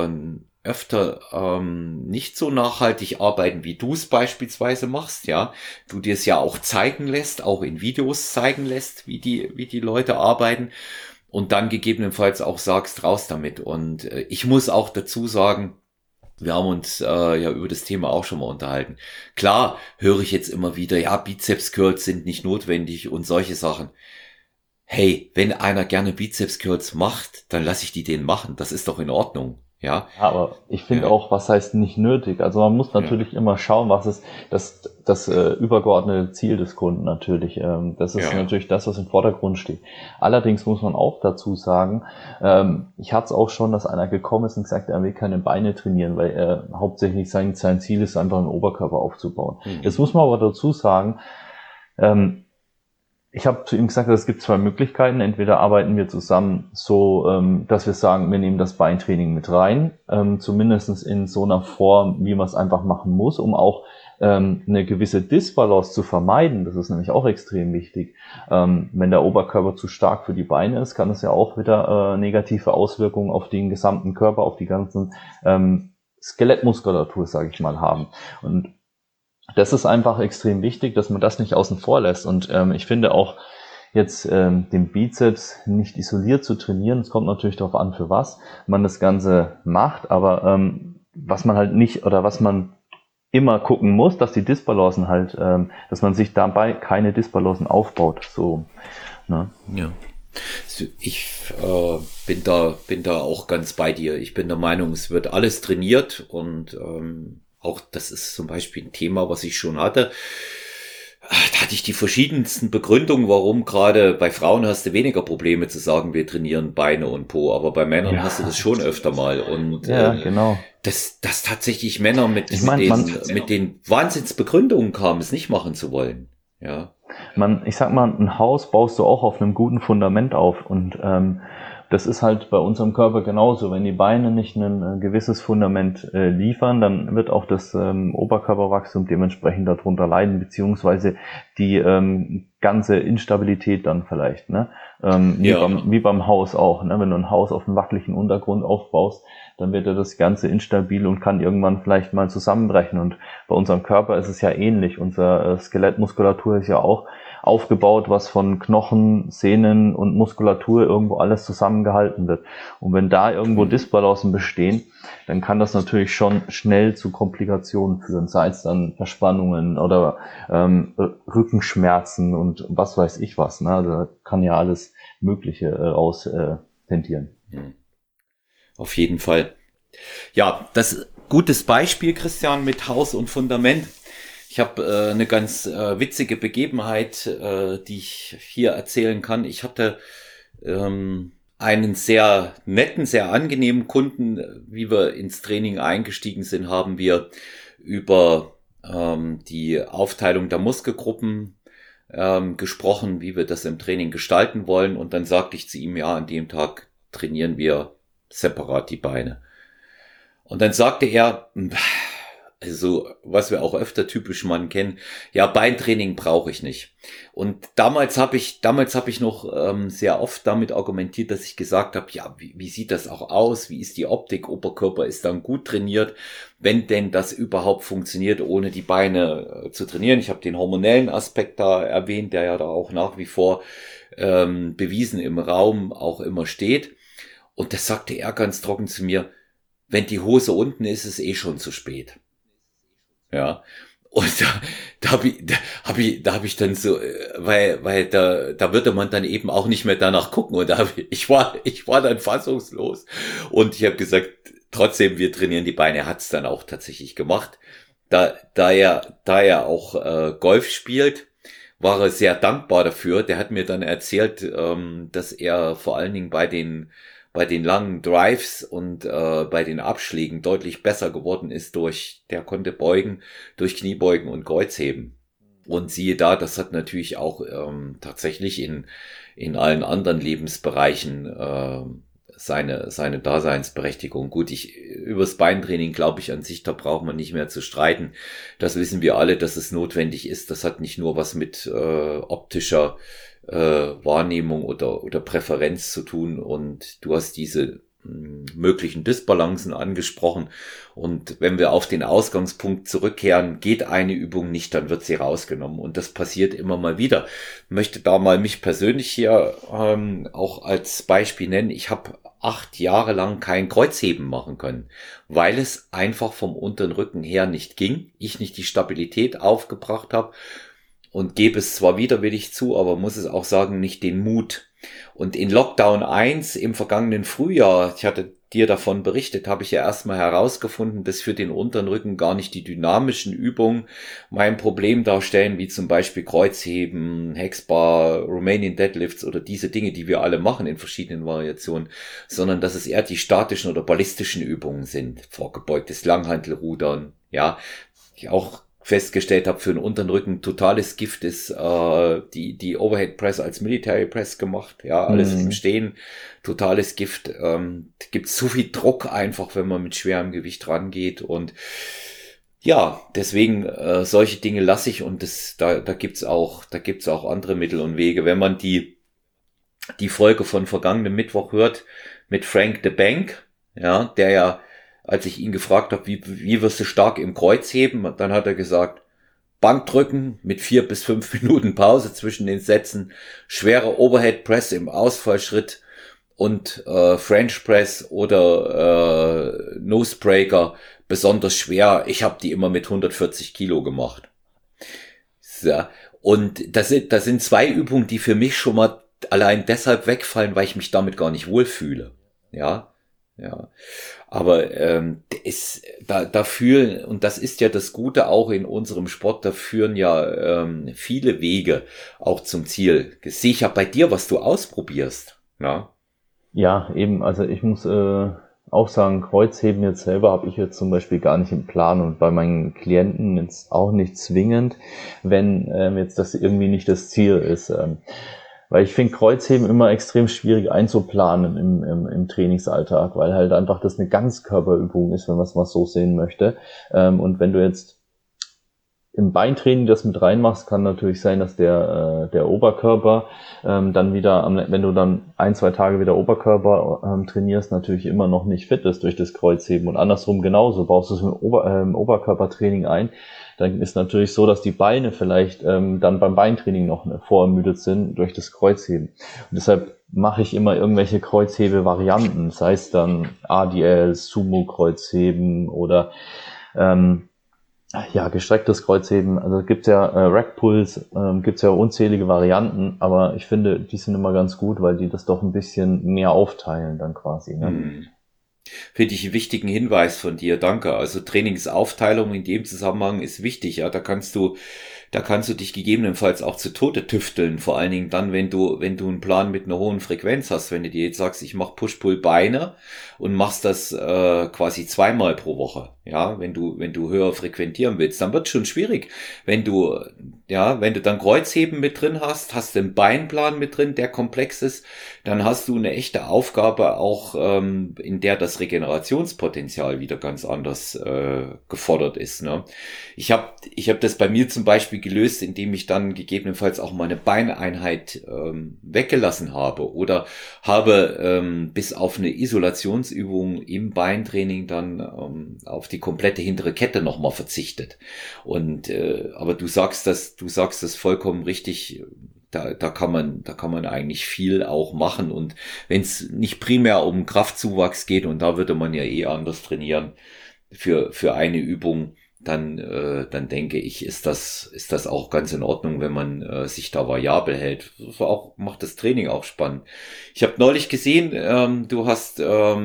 öfter nicht so nachhaltig arbeiten, wie du es beispielsweise machst, ja. Du dir es ja auch zeigen lässt, auch in Videos zeigen lässt, wie die Leute arbeiten und dann gegebenenfalls auch sagst, raus damit. Und ich muss auch dazu sagen, wir haben uns ja über das Thema auch schon mal unterhalten. Klar höre ich jetzt immer wieder, ja, Bizeps-Curls sind nicht notwendig und solche Sachen. Hey, wenn einer gerne Bizeps-Curls macht, dann lasse ich den machen. Das ist doch in Ordnung. Ja. Aber ich finde auch, was heißt nicht nötig? Also man muss natürlich immer schauen, was ist das übergeordnete Ziel des Kunden natürlich. Das ist natürlich das, was im Vordergrund steht. Allerdings muss man auch dazu sagen, ich hatte es auch schon, dass einer gekommen ist und gesagt, er will keine Beine trainieren, weil er hauptsächlich sein Ziel ist, einfach einen Oberkörper aufzubauen. Jetzt muss man aber dazu sagen, ich habe zu ihm gesagt, es gibt 2 Möglichkeiten. Entweder arbeiten wir zusammen so, dass wir sagen, wir nehmen das Beintraining mit rein, zumindest in so einer Form, wie man es einfach machen muss, um auch eine gewisse Disbalance zu vermeiden. Das ist nämlich auch extrem wichtig. Wenn der Oberkörper zu stark für die Beine ist, kann es ja auch wieder negative Auswirkungen auf den gesamten Körper, auf die ganzen Skelettmuskulatur, sage ich mal, haben. Und das ist einfach extrem wichtig, dass man das nicht außen vor lässt. Und ich finde auch jetzt den Bizeps nicht isoliert zu trainieren. Es kommt natürlich darauf an, für was man das Ganze macht. Aber was man halt nicht oder was man immer gucken muss, dass die Disbalancen halt, dass man sich dabei keine Disbalancen aufbaut. So, ne? Ja. Ich bin da auch ganz bei dir. Ich bin der Meinung, es wird alles trainiert und auch das ist zum Beispiel ein Thema, was ich schon hatte. Da hatte ich die verschiedensten Begründungen, warum gerade bei Frauen hast du weniger Probleme zu sagen, wir trainieren Beine und Po, aber bei Männern hast du das schon öfter mal. Und genau. dass tatsächlich Männer mit den Wahnsinnsbegründungen kamen, es nicht machen zu wollen. Ja. Ich sag mal, ein Haus baust du auch auf einem guten Fundament auf und das ist halt bei unserem Körper genauso. Wenn die Beine nicht ein gewisses Fundament liefern, dann wird auch das Oberkörperwachstum dementsprechend darunter leiden, beziehungsweise die ganze Instabilität dann vielleicht, ne? Wie beim Haus auch, ne? Wenn du ein Haus auf einem wackeligen Untergrund aufbaust, dann wird ja das Ganze instabil und kann irgendwann vielleicht mal zusammenbrechen. Und bei unserem Körper ist es ja ähnlich. Unsere Skelettmuskulatur ist ja auch aufgebaut, was von Knochen, Sehnen und Muskulatur irgendwo alles zusammengehalten wird. Und wenn da irgendwo Disbalancen bestehen, dann kann das natürlich schon schnell zu Komplikationen führen, sei es dann Verspannungen oder Rückenschmerzen und was weiß ich was. Ne? Da kann ja alles Mögliche tendieren. Auf jeden Fall. Ja, das gutes Beispiel, Christian, mit Haus und Fundament. Ich habe eine ganz witzige Begebenheit, die ich hier erzählen kann. Ich hatte einen sehr netten, sehr angenehmen Kunden. Wie wir ins Training eingestiegen sind, haben wir über die Aufteilung der Muskelgruppen gesprochen, wie wir das im Training gestalten wollen. Und dann sagte ich zu ihm, ja, an dem Tag trainieren wir separat die Beine. Und dann sagte er, also was wir auch öfter typisch Mann kennen, ja, Beintraining brauche ich nicht. Und damals habe ich noch sehr oft damit argumentiert, dass ich gesagt habe, ja, wie sieht das auch aus? Wie ist die Optik? Oberkörper ist dann gut trainiert, wenn denn das überhaupt funktioniert, ohne die Beine zu trainieren. Ich habe den hormonellen Aspekt da erwähnt, der ja da auch nach wie vor bewiesen im Raum auch immer steht. Und das sagte er ganz trocken zu mir, wenn die Hose unten ist, ist es eh schon zu spät. Ja. Und da hab ich dann so, weil da würde man dann eben auch nicht mehr danach gucken. Und ich war dann fassungslos. Und ich habe gesagt, trotzdem, wir trainieren die Beine. Er hat es dann auch tatsächlich gemacht. Da er auch Golf spielt, war er sehr dankbar dafür. Der hat mir dann erzählt, dass er vor allen Dingen bei den langen Drives und bei den Abschlägen deutlich besser geworden ist der konnte beugen, durch Kniebeugen und Kreuzheben. Und siehe da, das hat natürlich auch tatsächlich in allen anderen Lebensbereichen seine Daseinsberechtigung. Gut, übers Beintraining glaube ich an sich, da braucht man nicht mehr zu streiten. Das wissen wir alle, dass es notwendig ist. Das hat nicht nur was mit optischer Wahrnehmung oder Präferenz zu tun, und du hast diese möglichen Disbalancen angesprochen, und wenn wir auf den Ausgangspunkt zurückkehren, geht eine Übung nicht, dann wird sie rausgenommen, und das passiert immer mal wieder. Ich möchte da mal mich persönlich hier auch als Beispiel nennen. Ich habe 8 Jahre lang kein Kreuzheben machen können, weil es einfach vom unteren Rücken her nicht ging, ich nicht die Stabilität aufgebracht habe. Und gebe es zwar widerwillig zu, aber muss es auch sagen, nicht den Mut. Und in Lockdown 1 im vergangenen Frühjahr, ich hatte dir davon berichtet, habe ich ja erstmal herausgefunden, dass für den unteren Rücken gar nicht die dynamischen Übungen mein Problem darstellen, wie zum Beispiel Kreuzheben, Hexbar, Romanian Deadlifts oder diese Dinge, die wir alle machen in verschiedenen Variationen, sondern dass es eher die statischen oder ballistischen Übungen sind. Vorgebeugtes Langhantelrudern, ja, ich auch festgestellt habe, für den unteren Rücken totales Gift ist die Overhead Press als Military Press gemacht. Ja, alles im Stehen, totales Gift. Gibt so viel Druck einfach, wenn man mit schwerem Gewicht rangeht, und ja, deswegen solche Dinge lasse ich, und da gibt's auch andere Mittel und Wege. Wenn man die Folge von vergangenem Mittwoch hört mit Frank the Bank, ja, der ja, als ich ihn gefragt habe, wie wirst du stark im Kreuzheben, dann hat er gesagt, Bankdrücken mit 4 bis 5 Minuten Pause zwischen den Sätzen, schwerer Overhead Press im Ausfallschritt und French Press oder Nosebreaker besonders schwer. Ich habe die immer mit 140 Kilo gemacht. So. Und das sind zwei Übungen, die für mich schon mal allein deshalb wegfallen, weil ich mich damit gar nicht wohlfühle. Ja, ja. Aber da fühlen, und das ist ja das Gute auch in unserem Sport, da führen ja viele Wege auch zum Ziel. Das sehe ich ja bei dir, was du ausprobierst. Ja, Ja, eben, also ich muss auch sagen, Kreuzheben jetzt selber habe ich jetzt zum Beispiel gar nicht im Plan und bei meinen Klienten jetzt auch nicht zwingend, wenn jetzt das irgendwie nicht das Ziel ist. Weil ich finde Kreuzheben immer extrem schwierig einzuplanen im Trainingsalltag, weil halt einfach das eine Ganzkörperübung ist, wenn man es mal so sehen möchte. Und wenn du jetzt im Beintraining das mit reinmachst, kann natürlich sein, dass der Oberkörper dann wieder, wenn du dann 1-2 Tage wieder Oberkörper trainierst, natürlich immer noch nicht fit ist durch das Kreuzheben. Und andersrum genauso, baust du es im Oberkörpertraining ein, dann ist natürlich so, dass die Beine vielleicht dann beim Beintraining noch vorermüdet sind durch das Kreuzheben. Und deshalb mache ich immer irgendwelche Kreuzhebe-Varianten, sei es dann ADL, Sumo-Kreuzheben oder gestrecktes Kreuzheben. Also gibt's ja Rack-Pulls, gibt's ja unzählige Varianten, aber ich finde, die sind immer ganz gut, weil die das doch ein bisschen mehr aufteilen dann quasi. Ne? Finde ich einen wichtigen Hinweis von dir, danke. Also Trainingsaufteilung in dem Zusammenhang ist wichtig, ja. Da kannst du dich gegebenenfalls auch zu Tode tüfteln. Vor allen Dingen dann, wenn du einen Plan mit einer hohen Frequenz hast. Wenn du dir jetzt sagst, ich mache Push-Pull-Beine und machst das quasi 2-mal pro Woche. Ja, wenn du höher frequentieren willst, dann wird es schon schwierig. Wenn du dann Kreuzheben mit drin hast du einen Beinplan mit drin, der komplex ist, dann hast du eine echte Aufgabe auch, in der das Regenerationspotenzial wieder ganz anders gefordert ist. Ne? Ich hab das bei mir zum Beispiel gelöst, indem ich dann gegebenenfalls auch mal eine Beineinheit weggelassen habe oder habe bis auf eine Isolationsübung im Beintraining dann auf die komplette hintere Kette nochmal verzichtet. Und aber du sagst das vollkommen richtig. Da kann man eigentlich viel auch machen. Und wenn es nicht primär um Kraftzuwachs geht, und da würde man ja anders trainieren für eine Übung, dann denke ich, ist das auch ganz in Ordnung, wenn man sich da variabel hält. Das macht das Training auch spannend. Ich habe neulich gesehen, du hast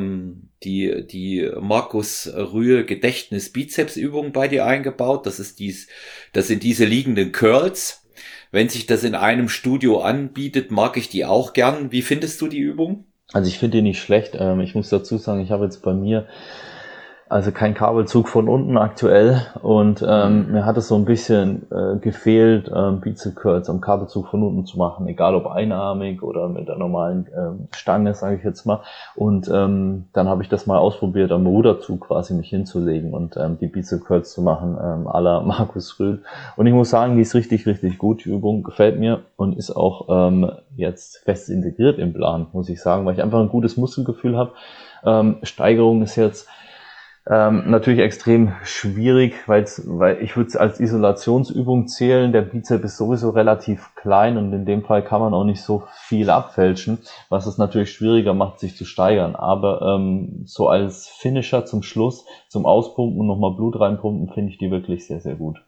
die Markus Rühe Gedächtnis Bizepsübung bei dir eingebaut. Das sind diese liegenden Curls. Wenn sich das in einem Studio anbietet, mag ich die auch gern. Wie findest du die Übung? Also ich finde die nicht schlecht. Ich muss dazu sagen, ich habe jetzt bei mir also kein Kabelzug von unten aktuell und mir hat es so ein bisschen gefehlt, Bizep Curls am Kabelzug von unten zu machen, egal ob einarmig oder mit der normalen Stange, sage ich jetzt mal. Und dann habe ich das mal ausprobiert, am Ruderzug quasi mich hinzulegen und die Bizep Curls zu machen, à la Markus Rühl. Und ich muss sagen, die ist richtig, richtig gut. Die Übung gefällt mir und ist auch jetzt fest integriert im Plan, muss ich sagen, weil ich einfach ein gutes Muskelgefühl habe. Steigerung ist jetzt natürlich extrem schwierig, weil ich würde es als Isolationsübung zählen. Der Bizep ist sowieso relativ klein und in dem Fall kann man auch nicht so viel abfälschen, was es natürlich schwieriger macht, sich zu steigern. Aber so als Finisher zum Schluss, zum Auspumpen und nochmal Blut reinpumpen, finde ich die wirklich sehr, sehr gut.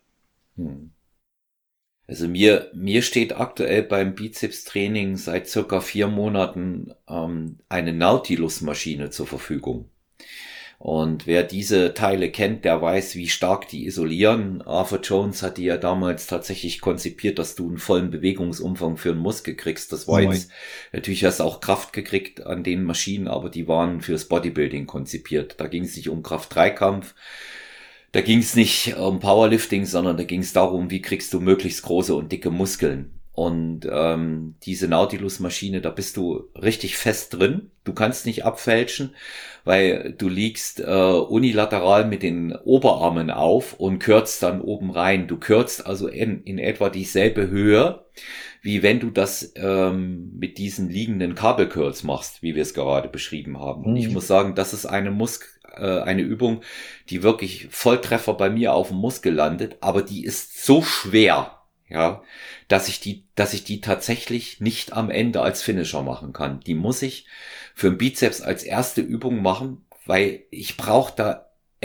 Also mir steht aktuell beim Bizeps-Training seit circa 4 Monaten eine Nautilus-Maschine zur Verfügung. Und wer diese Teile kennt, der weiß, wie stark die isolieren. Arthur Jones hat die ja damals tatsächlich konzipiert, dass du einen vollen Bewegungsumfang für einen Muskel kriegst. Das war jetzt, natürlich hast du auch Kraft gekriegt an den Maschinen, aber die waren fürs Bodybuilding konzipiert. Da ging es nicht um Kraft-3-Kampf, da ging es nicht um Powerlifting, sondern da ging es darum, wie kriegst du möglichst große und dicke Muskeln. Und diese Nautilus-Maschine, da bist du richtig fest drin. Du kannst nicht abfälschen, weil du liegst unilateral mit den Oberarmen auf und kürzt dann oben rein. Du kürzt also in etwa dieselbe Höhe, wie wenn du das mit diesen liegenden Kabelcurls machst, wie wir es gerade beschrieben haben. Und ich muss sagen, das ist eine Übung, die wirklich Volltreffer bei mir auf dem Muskel landet, aber die ist so schwer, ja, dass ich die tatsächlich nicht am Ende als Finisher machen kann. Die muss ich für den Bizeps als erste Übung machen, weil ich brauche da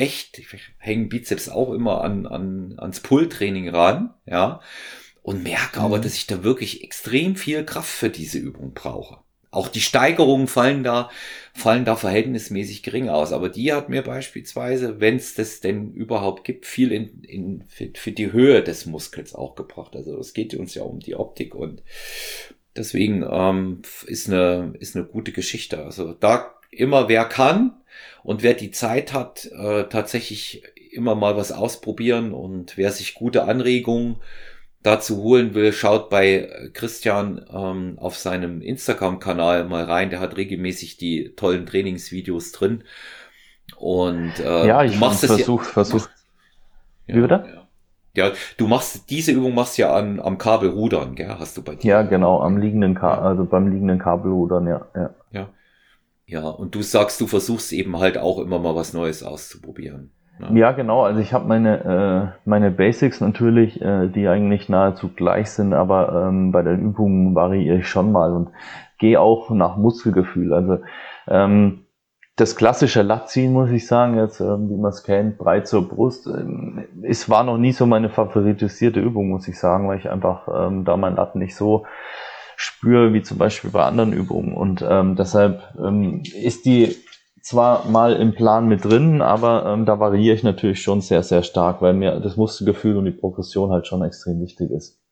echt, ich hänge Bizeps auch immer ans Pull-Training ran, ja, und merke aber, dass ich da wirklich extrem viel Kraft für diese Übung brauche. Auch die Steigerungen fallen da verhältnismäßig gering aus. Aber die hat mir beispielsweise, wenn es das denn überhaupt gibt, viel für die Höhe des Muskels auch gebracht. Also es geht uns ja um die Optik und deswegen ist eine gute Geschichte. Also da immer wer kann und wer die Zeit hat, tatsächlich immer mal was ausprobieren und wer sich gute Anregungen dazu holen will, schaut bei Christian auf seinem Instagram-Kanal mal rein. Der hat regelmäßig die tollen Trainingsvideos drin. Und ja, ich versuch. Wie bitte? Ja, diese Übung machst du ja am Kabelrudern, gell? Hast du bei dir? Ja, genau, beim liegenden Kabelrudern, ja. Ja, und du sagst, du versuchst eben halt auch immer mal was Neues auszuprobieren. Ja, genau. Also ich habe meine Basics natürlich, die eigentlich nahezu gleich sind, aber bei den Übungen variiere ich schon mal und gehe auch nach Muskelgefühl. Also das klassische Latziehen, muss ich sagen, jetzt wie man es kennt, breit zur Brust, war noch nie so meine favorisierte Übung, muss ich sagen, weil ich einfach da mein Latten nicht so spüre wie zum Beispiel bei anderen Übungen und deshalb ist die zwar mal im Plan mit drin, aber da variiere ich natürlich schon sehr, sehr stark, weil mir das Muskelgefühl und die Progression halt schon extrem wichtig ist.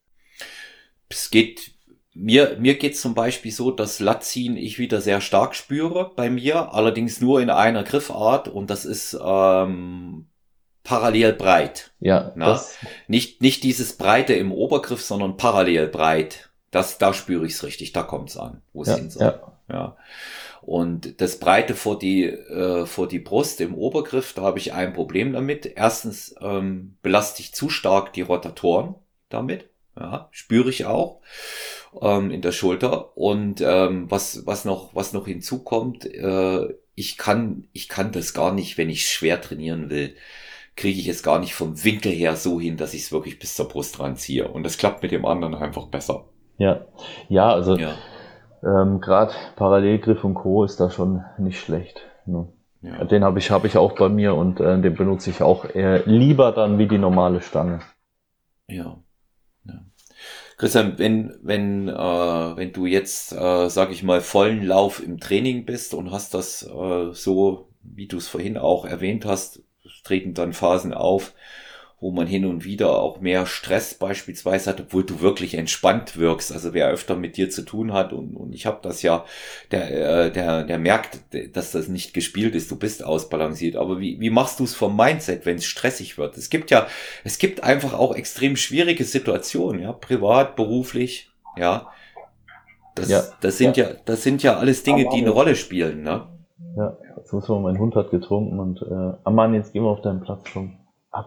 Mir geht's zum Beispiel so, dass Latziehen ich wieder sehr stark spüre bei mir, allerdings nur in einer Griffart und das ist parallel breit. Ja. Nicht dieses Breite im Obergriff, sondern parallel breit. Da spüre ich's richtig, da kommt's an, wo es hin soll. Ja. Und das Breite vor die Brust im Obergriff, da habe ich ein Problem damit. Erstens belaste ich zu stark die Rotatoren damit, ja, spüre ich auch in der Schulter. Und was noch hinzukommt, ich kann das gar nicht, wenn ich schwer trainieren will, kriege ich es gar nicht vom Winkel her so hin, dass ich es wirklich bis zur Brust ranziehe. Und das klappt mit dem anderen einfach besser. Ja, also. Ja. Gerade Parallelgriff und Co. ist da schon nicht schlecht. Ne? Ja. Den habe ich auch bei mir und den benutze ich auch eher lieber dann wie die normale Stange. Ja. Christian, wenn du jetzt, sag ich mal, vollen Lauf im Training bist und hast das so, wie du es vorhin auch erwähnt hast, treten dann Phasen auf, wo man hin und wieder auch mehr Stress beispielsweise hat, obwohl du wirklich entspannt wirkst. Also wer öfter mit dir zu tun hat und ich habe das ja, der merkt, dass das nicht gespielt ist, du bist ausbalanciert. Aber wie machst du es vom Mindset, wenn es stressig wird? Es gibt einfach auch extrem schwierige Situationen, ja, privat, beruflich, ja. Das sind ja alles Dinge, die eine Rolle spielen, ne? Ja, jetzt muss man, mein Hund hat getrunken und Mann, jetzt gehen wir auf deinen Platz schon ab.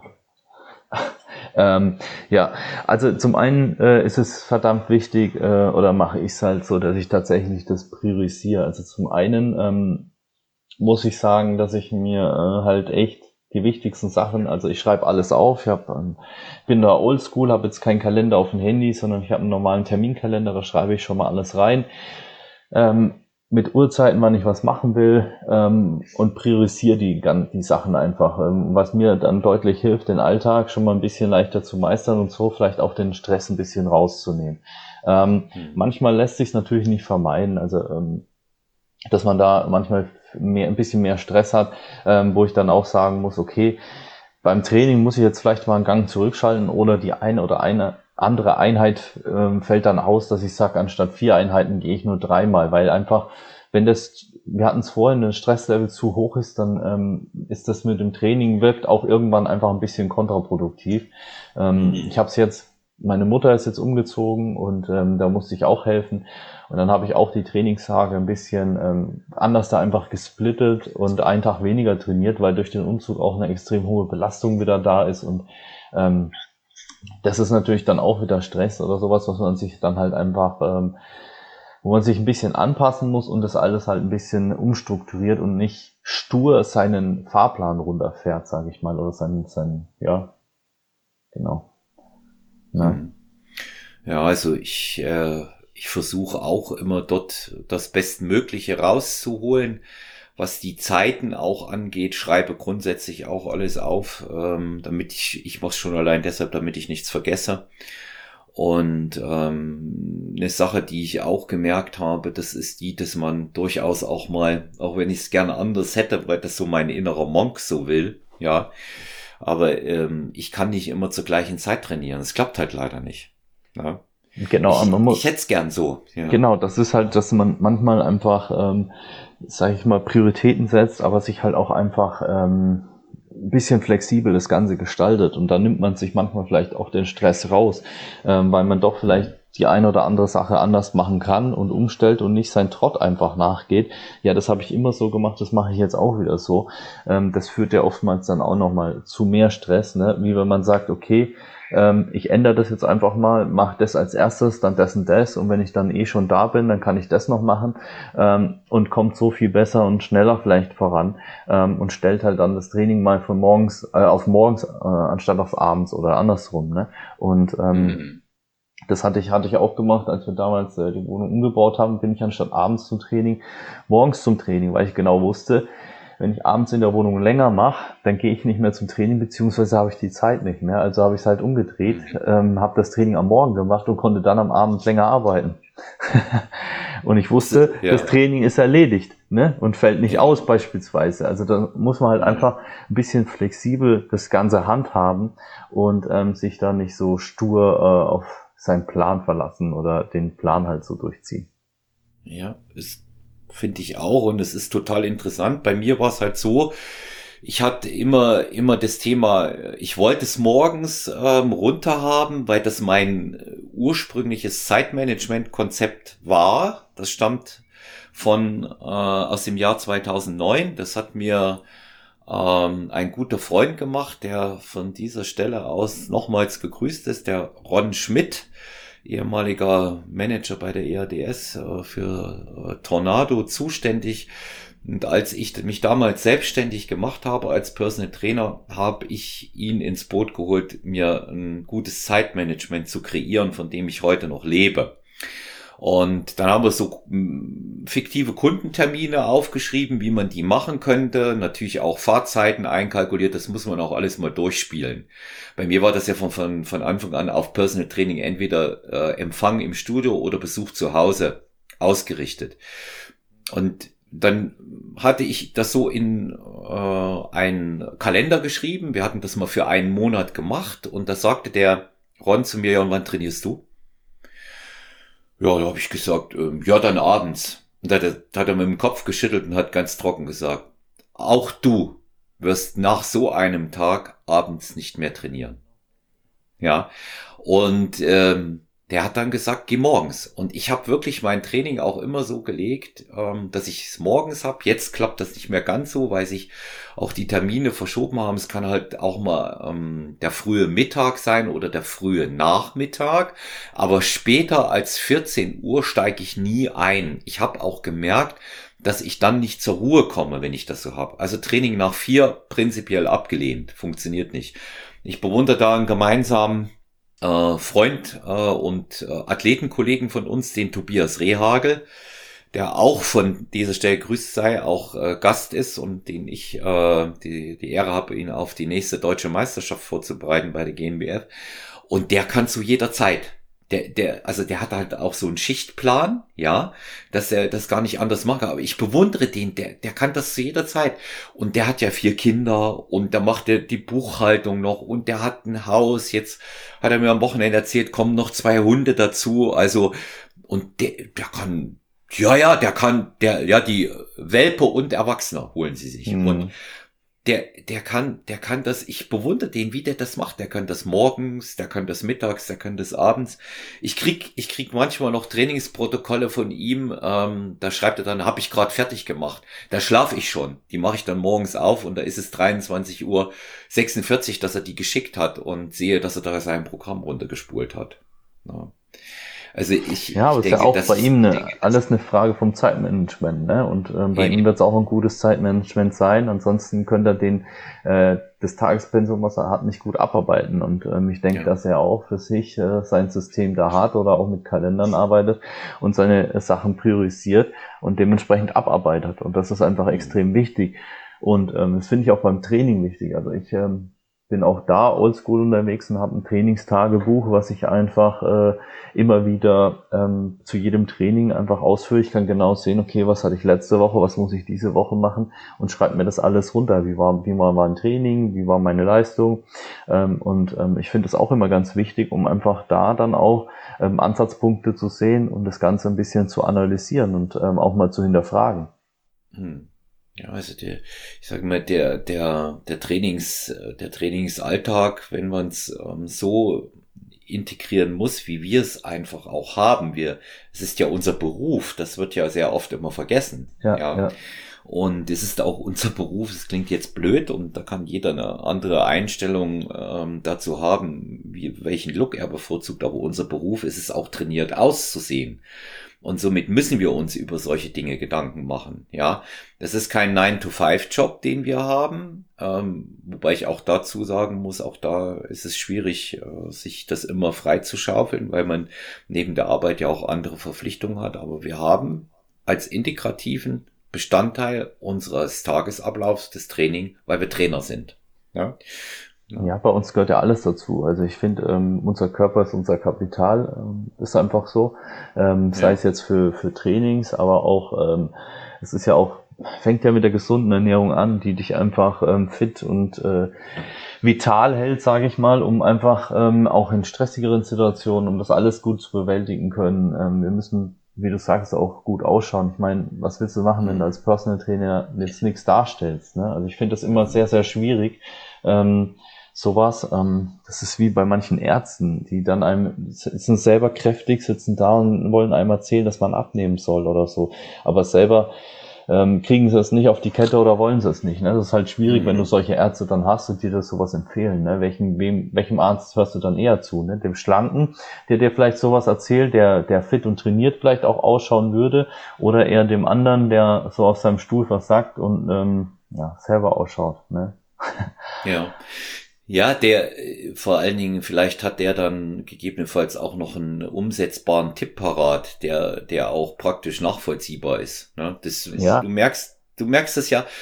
Ja, also zum einen ist es verdammt wichtig, oder mache ich es halt so, dass ich tatsächlich das priorisiere. Also zum einen muss ich sagen, dass ich mir halt echt die wichtigsten Sachen, also ich schreibe alles auf, bin da oldschool, habe jetzt keinen Kalender auf dem Handy, sondern ich habe einen normalen Terminkalender, da schreibe ich schon mal alles rein. Mit Uhrzeiten, wann ich was machen will, und priorisiere die Sachen einfach, was mir dann deutlich hilft, den Alltag schon mal ein bisschen leichter zu meistern und so vielleicht auch den Stress ein bisschen rauszunehmen. Manchmal lässt sich es natürlich nicht vermeiden, also dass man da manchmal ein bisschen mehr Stress hat, wo ich dann auch sagen muss, okay, beim Training muss ich jetzt vielleicht mal einen Gang zurückschalten oder die eine andere Einheit fällt dann aus, dass ich sage, anstatt 4 Einheiten gehe ich nur 3-mal, weil einfach, wir hatten es vorhin, das Stresslevel zu hoch ist, dann ist das mit dem Training wirkt auch irgendwann einfach ein bisschen kontraproduktiv. Ich habe es jetzt, meine Mutter ist jetzt umgezogen und da musste ich auch helfen und dann habe ich auch die Trainingstage ein bisschen anders da einfach gesplittet und einen Tag weniger trainiert, weil durch den Umzug auch eine extrem hohe Belastung wieder da ist und das ist natürlich dann auch wieder Stress oder sowas, was man sich dann halt einfach, wo man sich ein bisschen anpassen muss und das alles halt ein bisschen umstrukturiert und nicht stur seinen Fahrplan runterfährt, sage ich mal, oder seinen, ja, genau. Ja, also ich versuche auch immer dort das Bestmögliche rauszuholen. was die Zeiten auch angeht, schreibe grundsätzlich auch alles auf, damit ich mache es schon allein deshalb, damit ich nichts vergesse. Und eine Sache, die ich auch gemerkt habe, das ist die, dass man durchaus auch mal, auch wenn ich es gerne anders hätte, weil das so mein innerer Monk so will, ja, aber ich kann nicht immer zur gleichen Zeit trainieren. Es klappt halt leider nicht. Ja. Genau, ich hätte es gern so. Ja. Genau, das ist halt, dass man manchmal einfach, sage ich mal, Prioritäten setzt, aber sich halt auch einfach ein bisschen flexibel das Ganze gestaltet. Und da nimmt man sich manchmal vielleicht auch den Stress raus, weil man doch vielleicht die eine oder andere Sache anders machen kann und umstellt und nicht sein Trott einfach nachgeht. Ja, das habe ich immer so gemacht, das mache ich jetzt auch wieder so. Das führt ja oftmals dann auch nochmal zu mehr Stress, ne? Wie wenn man sagt, okay, ich ändere das jetzt einfach mal, mache das als erstes, dann das und das, und wenn ich dann eh schon da bin, dann kann ich das noch machen, und kommt so viel besser und schneller vielleicht voran, und stellt halt dann das Training mal von morgens auf morgens anstatt auf abends oder andersrum, ne? Und das hatte ich auch gemacht, als wir damals die Wohnung umgebaut haben, bin ich anstatt abends zum Training, morgens zum Training, weil ich genau wusste, wenn ich abends in der Wohnung länger mache, dann gehe ich nicht mehr zum Training, beziehungsweise habe ich die Zeit nicht mehr. Also habe ich es halt umgedreht, habe das Training am Morgen gemacht und konnte dann am Abend länger arbeiten. Und ich wusste, das Training ist erledigt, ne? Und fällt nicht aus beispielsweise. Also da muss man halt einfach ein bisschen flexibel das Ganze handhaben und sich da nicht so stur auf seinen Plan verlassen oder den Plan halt so durchziehen. Ja, finde ich auch, und es ist total interessant. Bei mir war es halt so, ich hatte immer das Thema, ich wollte es morgens runter haben, weil das mein ursprüngliches Zeitmanagement-Konzept war. Das stammt aus dem Jahr 2009. Das hat mir ein guter Freund gemacht, der von dieser Stelle aus nochmals gegrüßt ist, der Ron Schmidt, ehemaliger Manager bei der EADS, für Tornado zuständig. Und als ich mich damals selbstständig gemacht habe als Personal Trainer, habe ich ihn ins Boot geholt, mir ein gutes Zeitmanagement zu kreieren, von dem ich heute noch lebe. Und dann haben wir so fiktive Kundentermine aufgeschrieben, wie man die machen könnte. Natürlich auch Fahrzeiten einkalkuliert, das muss man auch alles mal durchspielen. Bei mir war das ja von Anfang an auf Personal Training entweder Empfang im Studio oder Besuch zu Hause ausgerichtet. Und dann hatte ich das so in einen Kalender geschrieben. Wir hatten das mal für einen Monat gemacht und da sagte der Ron zu mir, ja, und wann trainierst du? Ja, da habe ich gesagt, ja, dann abends. Und da hat er mit dem Kopf geschüttelt und hat ganz trocken gesagt, auch du wirst nach so einem Tag abends nicht mehr trainieren. Ja, und der hat dann gesagt, geh morgens. Und ich habe wirklich mein Training auch immer so gelegt, dass ich es morgens habe. Jetzt klappt das nicht mehr ganz so, weil sich auch die Termine verschoben haben. Es kann halt auch mal der frühe Mittag sein oder der frühe Nachmittag. Aber später als 14 Uhr steige ich nie ein. Ich habe auch gemerkt, dass ich dann nicht zur Ruhe komme, wenn ich das so habe. Also Training nach 4 prinzipiell abgelehnt. Funktioniert nicht. Ich bewundere da einen gemeinsamen Freund und Athletenkollegen von uns, den Tobias Rehagel, der auch von dieser Stelle grüßt sei, auch Gast ist und den ich die Ehre habe, ihn auf die nächste deutsche Meisterschaft vorzubereiten bei der GNBF. Und der kann zu jeder Zeit. Der hat halt auch so einen Schichtplan, ja, dass er das gar nicht anders macht. Aber ich bewundere den, der kann das zu jeder Zeit. Und der hat ja 4 Kinder und da macht er die Buchhaltung noch und der hat ein Haus. Jetzt hat er mir am Wochenende erzählt, kommen noch 2 Hunde dazu. Also, und der kann, die Welpe und Erwachsene holen sie sich. Und der kann das, ich bewundere den, wie der das macht. Der kann das morgens, der kann das mittags, der kann das abends. Ich krieg manchmal noch Trainingsprotokolle von ihm, da schreibt er dann, habe ich gerade fertig gemacht. Da schlafe ich schon. Die mache ich dann morgens auf und da ist es 23:46 Uhr, dass er die geschickt hat und sehe, dass er da sein Programm runtergespult hat. Ja. Also Ja, aber es ist ja auch bei ihm alles eine Frage vom Zeitmanagement, ne? Und bei ihm wird es auch ein gutes Zeitmanagement sein. Ansonsten könnte er das Tagespensum, was er hat, nicht gut abarbeiten. Und ich denke, dass er auch für sich sein System da hat oder auch mit Kalendern arbeitet und seine Sachen priorisiert und dementsprechend abarbeitet. Und das ist einfach extrem wichtig. Und das finde ich auch beim Training wichtig. Also ich bin auch da oldschool unterwegs und habe ein Trainingstagebuch, was ich einfach immer wieder zu jedem Training einfach ausführe. Ich kann genau sehen, okay, was hatte ich letzte Woche, was muss ich diese Woche machen und schreibe mir das alles runter. Wie war mein Training, wie war meine Leistung? Ich finde es auch immer ganz wichtig, um einfach da dann auch Ansatzpunkte zu sehen und das Ganze ein bisschen zu analysieren und auch mal zu hinterfragen. Ja, also ich sage mal, der Trainingsalltag, wenn man es so integrieren muss, wie wir es einfach auch haben. Es ist ja unser Beruf, das wird ja sehr oft immer vergessen. Ja. Und es ist auch unser Beruf, es klingt jetzt blöd und da kann jeder eine andere Einstellung dazu haben, welchen Look er bevorzugt, aber unser Beruf ist es auch trainiert auszusehen. Und somit müssen wir uns über solche Dinge Gedanken machen. Ja, das ist kein 9-to-5-Job, den wir haben. Wobei ich auch dazu sagen muss, auch da ist es schwierig, sich das immer frei zu schaufeln, weil man neben der Arbeit ja auch andere Verpflichtungen hat. Aber wir haben als integrativen Bestandteil unseres Tagesablaufs das Training, weil wir Trainer sind. Ja. Ja, bei uns gehört ja alles dazu. Also ich finde, unser Körper ist unser Kapital, ist einfach so. Sei es jetzt für Trainings, aber auch, es ist ja auch, fängt ja mit der gesunden Ernährung an, die dich einfach fit und vital hält, sage ich mal, um einfach auch in stressigeren Situationen, um das alles gut zu bewältigen können. Wir müssen, wie du sagst, auch gut ausschauen. Ich meine, was willst du machen, wenn du als Personal Trainer jetzt nichts darstellst? Ne? Also ich finde das immer sehr, sehr schwierig. Sowas, das ist wie bei manchen Ärzten, die dann sind selber kräftig, sitzen da und wollen einem erzählen, dass man abnehmen soll oder so. Aber selber kriegen sie es nicht auf die Kette oder wollen sie es nicht. Ne? Das ist halt schwierig, wenn du solche Ärzte dann hast und dir das sowas empfehlen. Ne? Welchem Arzt hörst du dann eher zu? Ne? Dem Schlanken, der dir vielleicht sowas erzählt, der fit und trainiert vielleicht auch ausschauen würde, oder eher dem anderen, der so auf seinem Stuhl versackt und selber ausschaut. Ne? Ja. Ja, vor allen Dingen, vielleicht hat der dann gegebenenfalls auch noch einen umsetzbaren Tipp parat, der auch praktisch nachvollziehbar ist. Ne? Du merkst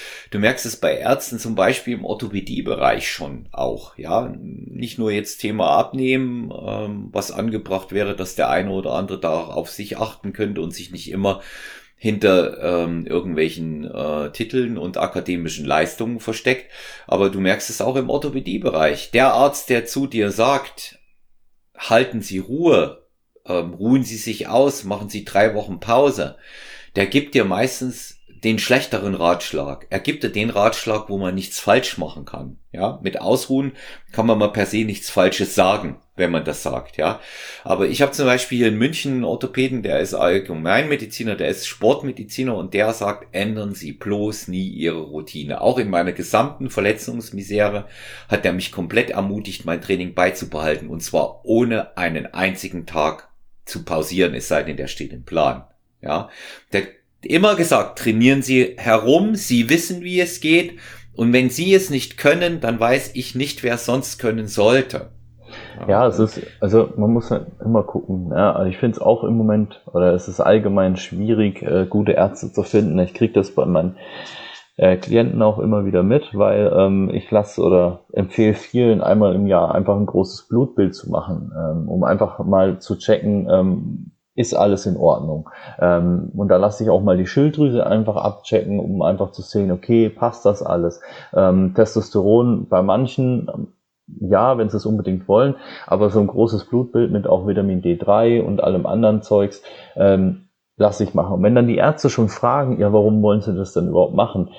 es bei Ärzten zum Beispiel im Orthopädiebereich schon auch, ja. Nicht nur jetzt Thema Abnehmen, was angebracht wäre, dass der eine oder andere da auch auf sich achten könnte und sich nicht immer hinter irgendwelchen Titeln und akademischen Leistungen versteckt. Aber du merkst es auch im Orthopädiebereich. Der Arzt, der zu dir sagt, halten Sie Ruhe, ruhen Sie sich aus, machen Sie 3 Wochen Pause, der gibt dir meistens den schlechteren Ratschlag. Er gibt dir den Ratschlag, wo man nichts falsch machen kann. Ja, mit Ausruhen kann man mal per se nichts Falsches sagen, wenn man das sagt, ja. Aber ich habe zum Beispiel hier in München einen Orthopäden, der ist Allgemeinmediziner, der ist Sportmediziner und der sagt, ändern Sie bloß nie Ihre Routine. Auch in meiner gesamten Verletzungsmisere hat er mich komplett ermutigt, mein Training beizubehalten und zwar ohne einen einzigen Tag zu pausieren, es sei denn, der steht im Plan. Ja, der immer gesagt, trainieren Sie herum, Sie wissen, wie es geht und wenn Sie es nicht können, dann weiß ich nicht, wer es sonst können sollte. Ja, man muss halt immer gucken. Ja, also ich finde es auch im Moment, oder es ist allgemein schwierig, gute Ärzte zu finden. Ich kriege das bei meinen Klienten auch immer wieder mit, weil ich lasse oder empfehle vielen einmal im Jahr einfach ein großes Blutbild zu machen, um einfach mal zu checken, ist alles in Ordnung. Und da lasse ich auch mal die Schilddrüse einfach abchecken, um einfach zu sehen, okay, passt das alles? Testosteron bei manchen, ja, wenn sie es unbedingt wollen, aber so ein großes Blutbild mit auch Vitamin D3 und allem anderen Zeugs lasse ich machen. Und wenn dann die Ärzte schon fragen, ja, warum wollen sie das denn überhaupt machen?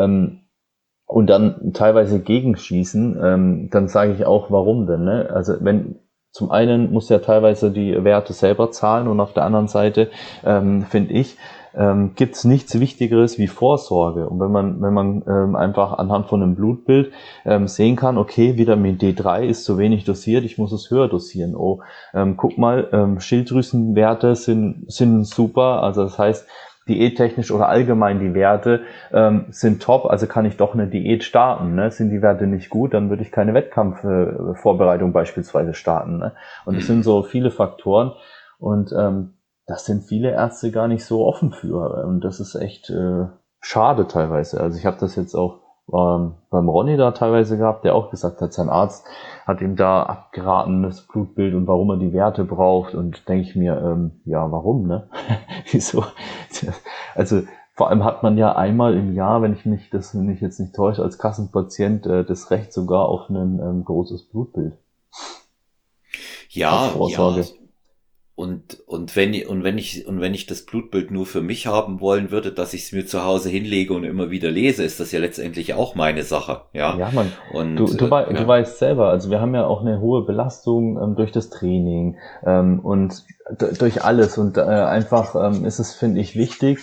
Und dann teilweise gegenschießen, dann sage ich auch, warum denn? Ne? Also zum einen muss ja teilweise die Werte selber zahlen und auf der anderen Seite finde ich, gibt es nichts Wichtigeres wie Vorsorge. Und wenn man einfach anhand von einem Blutbild sehen kann, okay, Vitamin D3 ist zu wenig dosiert, ich muss es höher dosieren. Oh, guck mal, Schilddrüsenwerte sind super, also das heißt, diättechnisch oder allgemein die Werte sind top, also kann ich doch eine Diät starten. Ne? Sind die Werte nicht gut, dann würde ich keine Wettkampfvorbereitung beispielsweise starten. Ne? Und das sind so viele Faktoren und das sind viele Ärzte gar nicht so offen für. Und das ist echt schade teilweise. Also ich habe das jetzt auch beim Ronny da teilweise gehabt, der auch gesagt hat, sein Arzt hat ihm da abgeraten, das Blutbild und warum er die Werte braucht. Und denke ich mir, ja, warum, ne? Wieso? Also vor allem hat man ja einmal im Jahr, wenn ich jetzt nicht täusche, als Kassenpatient das Recht sogar auf ein großes Blutbild. Ja, ja. Und wenn ich das Blutbild nur für mich haben wollen würde, dass ich es mir zu Hause hinlege und immer wieder lese, ist das ja letztendlich auch meine Sache. Ja, ja, Mann. Und du weißt selber, also wir haben ja auch eine hohe Belastung durch das Training und durch alles und einfach ist es, finde ich, wichtig,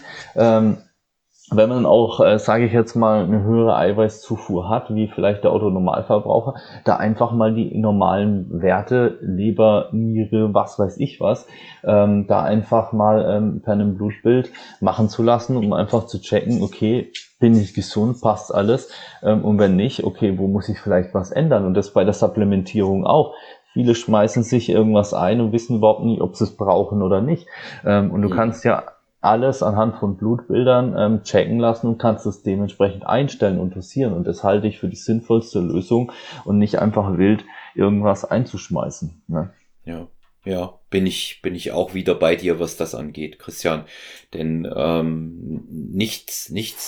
wenn man auch, sage ich jetzt mal, eine höhere Eiweißzufuhr hat, wie vielleicht der Otto-Normalverbraucher, da einfach mal die normalen Werte, Leber, Niere, was weiß ich was, da einfach mal per einem Blutbild machen zu lassen, um einfach zu checken, okay, bin ich gesund, passt alles, und wenn nicht, okay, wo muss ich vielleicht was ändern? Und das bei der Supplementierung auch. Viele schmeißen sich irgendwas ein und wissen überhaupt nicht, ob sie es brauchen oder nicht. Und du kannst ja alles anhand von Blutbildern checken lassen und kannst es dementsprechend einstellen und dosieren. Und das halte ich für die sinnvollste Lösung und nicht einfach wild irgendwas einzuschmeißen. Ne? Ja, bin ich auch wieder bei dir, was das angeht, Christian. Denn nichts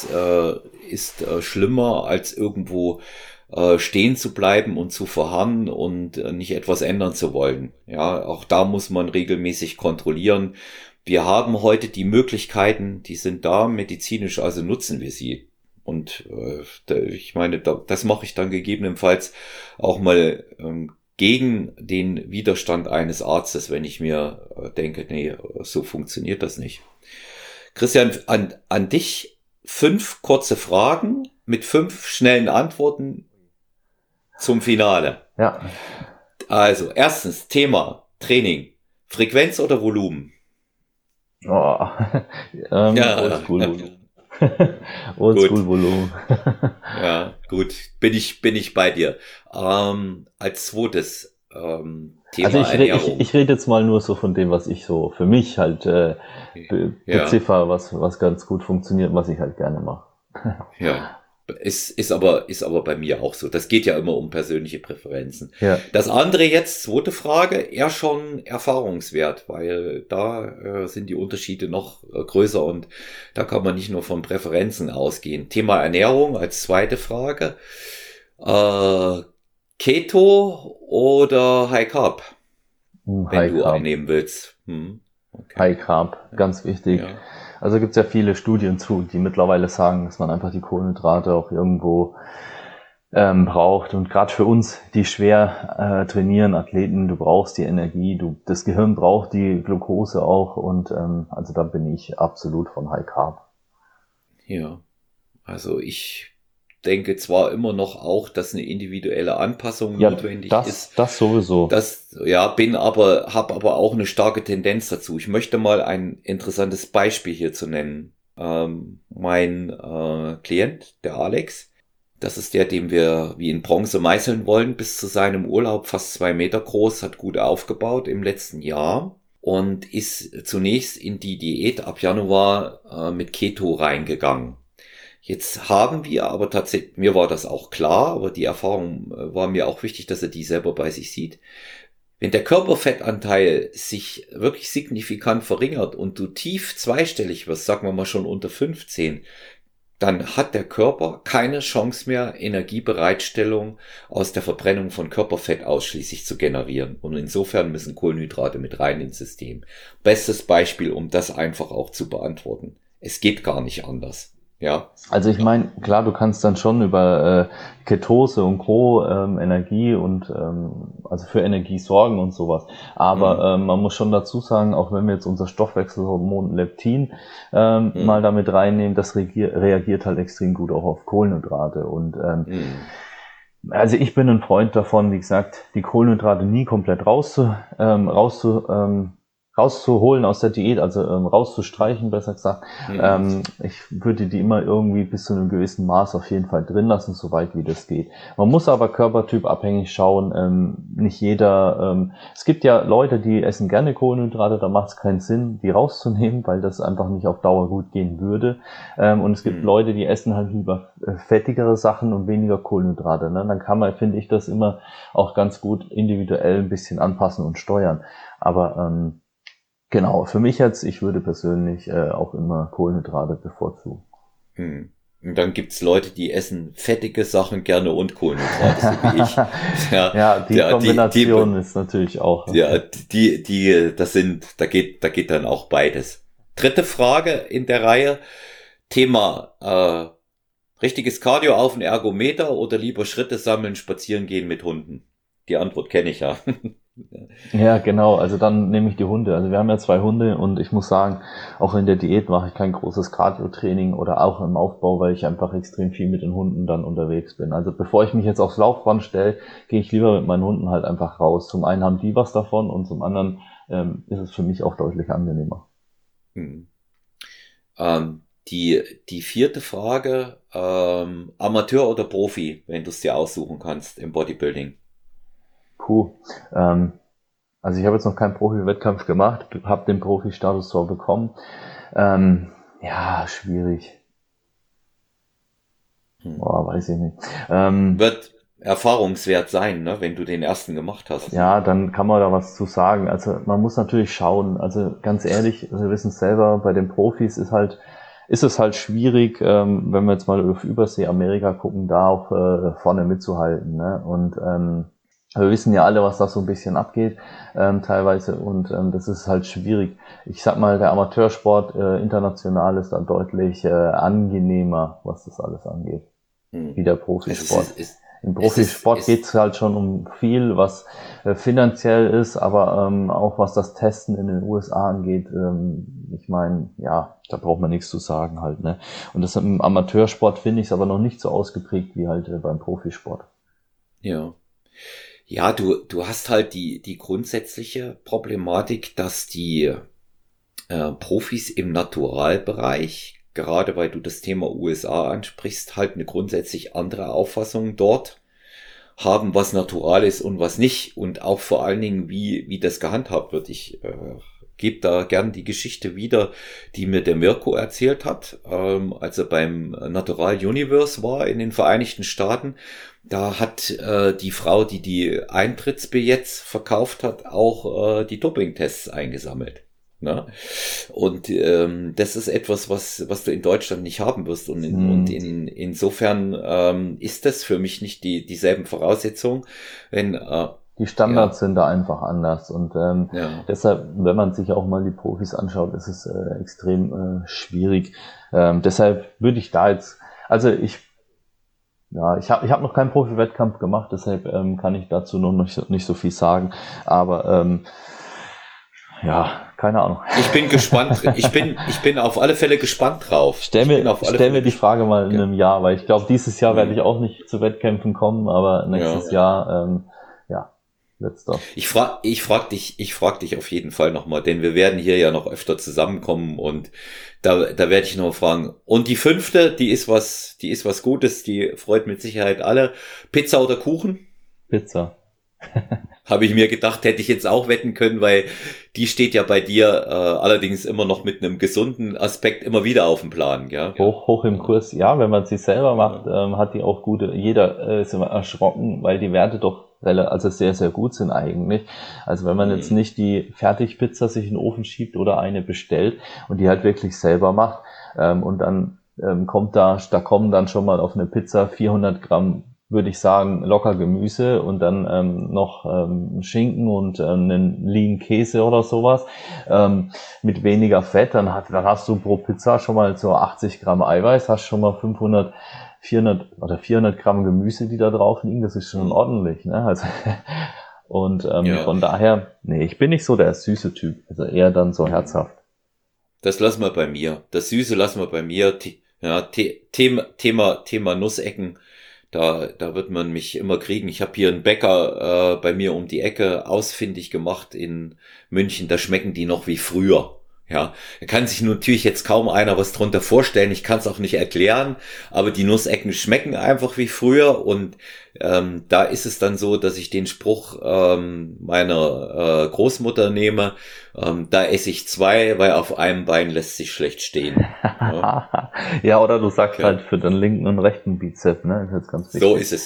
ist schlimmer, als irgendwo stehen zu bleiben und zu verharren und nicht etwas ändern zu wollen. Ja, auch da muss man regelmäßig kontrollieren. Wir haben heute die Möglichkeiten, die sind da medizinisch, also nutzen wir sie. Und ich meine, das mache ich dann gegebenenfalls auch mal gegen den Widerstand eines Arztes, wenn ich mir denke, nee, so funktioniert das nicht. Christian, an dich 5 kurze Fragen mit 5 schnellen Antworten zum Finale. Ja. Also, erstens, Thema Training. Frequenz oder Volumen? Oh. Oldschool-Volumen. Oldschool-Volumen. Ja, gut. Bin ich bei dir. Als zweites Thema also Ernährung. Ich rede jetzt mal nur so von dem, was ich so für mich halt beziffer, was ganz gut funktioniert, was ich halt gerne mache. Ja. Ist aber bei mir auch so. Das geht ja immer um persönliche Präferenzen. Ja. Das andere jetzt, zweite Frage, eher schon Erfahrungswert, weil da sind die Unterschiede noch größer und da kann man nicht nur von Präferenzen ausgehen. Thema Ernährung als zweite Frage. Keto oder High Carb? Wenn du abnehmen willst. Okay. High Carb, ganz wichtig. Ja. Also gibt es ja viele Studien zu, die mittlerweile sagen, dass man einfach die Kohlenhydrate auch irgendwo braucht. Und gerade für uns, die schwer trainieren, Athleten, du brauchst die Energie, das Gehirn braucht die Glucose auch. Und also da bin ich absolut von High Carb. Ja, also ich denke zwar immer noch auch, dass eine individuelle Anpassung notwendig ist. Das sowieso. Habe aber auch eine starke Tendenz dazu. Ich möchte mal ein interessantes Beispiel hier zu nennen. Mein Klient, der Alex, das ist der, den wir wie in Bronze meißeln wollen, bis zu seinem Urlaub fast 2 Meter groß, hat gut aufgebaut im letzten Jahr und ist zunächst in die Diät ab Januar mit Keto reingegangen. Jetzt haben wir aber tatsächlich, mir war das auch klar, aber die Erfahrung war mir auch wichtig, dass er die selber bei sich sieht. Wenn der Körperfettanteil sich wirklich signifikant verringert und du tief zweistellig wirst, sagen wir mal schon unter 15, dann hat der Körper keine Chance mehr, Energiebereitstellung aus der Verbrennung von Körperfett ausschließlich zu generieren. Und insofern müssen Kohlenhydrate mit rein ins System. Bestes Beispiel, um das einfach auch zu beantworten. Es geht gar nicht anders. Ja. Also ich meine, klar, du kannst dann schon über Ketose und Co. Energie und also für Energie sorgen und sowas. Aber man muss schon dazu sagen, auch wenn wir jetzt unser Stoffwechselhormon Leptin mal damit reinnehmen, das reagiert halt extrem gut auch auf Kohlenhydrate. Und also ich bin ein Freund davon, wie gesagt, die Kohlenhydrate nie komplett rauszuholen aus der Diät, also rauszustreichen, besser gesagt. Ich würde die immer irgendwie bis zu einem gewissen Maß auf jeden Fall drin lassen, soweit wie das geht. Man muss aber körpertypabhängig schauen, nicht jeder, es gibt ja Leute, die essen gerne Kohlenhydrate, da macht es keinen Sinn, die rauszunehmen, weil das einfach nicht auf Dauer gut gehen würde. Und es gibt Leute, die essen halt lieber fettigere Sachen und weniger Kohlenhydrate. Ne? Dann kann man, finde ich, das immer auch ganz gut individuell ein bisschen anpassen und steuern. Aber genau, für mich jetzt, ich würde persönlich auch immer Kohlenhydrate bevorzugen. Und dann gibt's Leute, die essen fettige Sachen gerne und Kohlenhydrate, so wie ich. Ja, die Kombination ist natürlich auch. Ja, da geht dann auch beides. Dritte Frage in der Reihe. Thema, richtiges Cardio auf den Ergometer oder lieber Schritte sammeln, spazieren gehen mit Hunden? Die Antwort kenne ich ja. Ja, genau. Also dann nehme ich die Hunde. Also wir haben ja 2 Hunde und ich muss sagen, auch in der Diät mache ich kein großes Cardio-Training oder auch im Aufbau, weil ich einfach extrem viel mit den Hunden dann unterwegs bin. Also bevor ich mich jetzt aufs Laufband stelle, gehe ich lieber mit meinen Hunden halt einfach raus. Zum einen haben die was davon und zum anderen ist es für mich auch deutlich angenehmer. Die vierte Frage, Amateur oder Profi, wenn du es dir aussuchen kannst im Bodybuilding? Also ich habe jetzt noch keinen Profi-Wettkampf gemacht, habe den Profi-Status zwar bekommen. Ja, schwierig. Weiß ich nicht. Wird erfahrungswert sein, ne, wenn du den ersten gemacht hast. Ja, dann kann man da was zu sagen. Also man muss natürlich schauen. Also ganz ehrlich, wir wissen es selber, bei den Profis ist es halt schwierig, wenn wir jetzt mal auf Übersee Amerika gucken, da auch vorne mitzuhalten. Ne? Und wir wissen ja alle, was da so ein bisschen abgeht, teilweise, und das ist halt schwierig. Ich sag mal, der Amateursport international ist dann deutlich angenehmer, was das alles angeht, wie der Profisport. Im Profisport geht's halt schon um viel, was finanziell ist, aber auch was das Testen in den USA angeht, ich meine, ja, da braucht man nichts zu sagen halt, ne? Und das im Amateursport finde ich es aber noch nicht so ausgeprägt wie halt beim Profisport. Ja. Ja, du hast halt die grundsätzliche Problematik, dass die Profis im Naturalbereich, gerade weil du das Thema USA ansprichst, halt eine grundsätzlich andere Auffassung dort haben, was natural ist und was nicht, und auch vor allen Dingen, wie das gehandhabt wird. Ich gebe da gern die Geschichte wieder, die mir der Mirko erzählt hat, als er beim Natural Universe war in den Vereinigten Staaten. Da hat die Frau, die Eintrittsbillets verkauft hat, auch die Dopingtests eingesammelt. Ne? Und das ist etwas, was du in Deutschland nicht haben wirst. Und insofern ist das für mich nicht dieselben Voraussetzungen. Wenn die Standards sind da einfach anders, und deshalb, wenn man sich auch mal die Profis anschaut, ist es extrem schwierig. Deshalb würde ich da jetzt, also ich habe noch keinen Profi-Wettkampf gemacht, deshalb kann ich dazu noch nicht so viel sagen, aber ja, keine Ahnung. Ich bin gespannt. Ich bin auf alle Fälle gespannt drauf. Stell mir die Frage mal in einem Jahr, weil ich glaube, dieses Jahr werde ich auch nicht zu Wettkämpfen kommen, aber nächstes Jahr, wird's doch. Ich frag dich auf jeden Fall nochmal, denn wir werden hier ja noch öfter zusammenkommen, und da werde ich noch fragen. Und die 5., die ist was Gutes, die freut mit Sicherheit alle. Pizza oder Kuchen? Pizza. Habe ich mir gedacht, hätte ich jetzt auch wetten können, weil die steht ja bei dir allerdings immer noch mit einem gesunden Aspekt immer wieder auf dem Plan, ja. Hoch im Kurs, ja, wenn man sie selber macht, hat die auch gute, jeder ist immer erschrocken, weil die Werte doch sehr, sehr gut sind eigentlich. Also wenn man jetzt nicht die Fertigpizza sich in den Ofen schiebt oder eine bestellt und die halt wirklich selber macht, und dann kommen dann schon mal auf eine Pizza 400 Gramm würde ich sagen, locker Gemüse und dann noch Schinken und einen Lean Käse oder sowas mit weniger Fett, dann hast du pro Pizza schon mal so 80 Gramm Eiweiß, hast schon mal 400 Gramm Gemüse, die da drauf liegen, das ist schon ordentlich, ne? Also, und von daher, nee, ich bin nicht so der süße Typ, also eher dann so herzhaft. Das lassen wir bei mir. Das Süße lassen wir bei mir. Thema Nussecken. Da wird man mich immer kriegen. Ich habe hier einen Bäcker bei mir um die Ecke ausfindig gemacht in München. Da schmecken die noch wie früher. Ja, da kann sich natürlich jetzt kaum einer was drunter vorstellen. Ich kann es auch nicht erklären, aber die Nussecken schmecken einfach wie früher. Und da ist es dann so, dass ich den Spruch meiner Großmutter nehme, da esse ich zwei, weil auf einem Bein lässt sich schlecht stehen. Ja, ja, oder du sagst halt für den linken und rechten Bizep, ne? Das ist jetzt ganz wichtig. So ist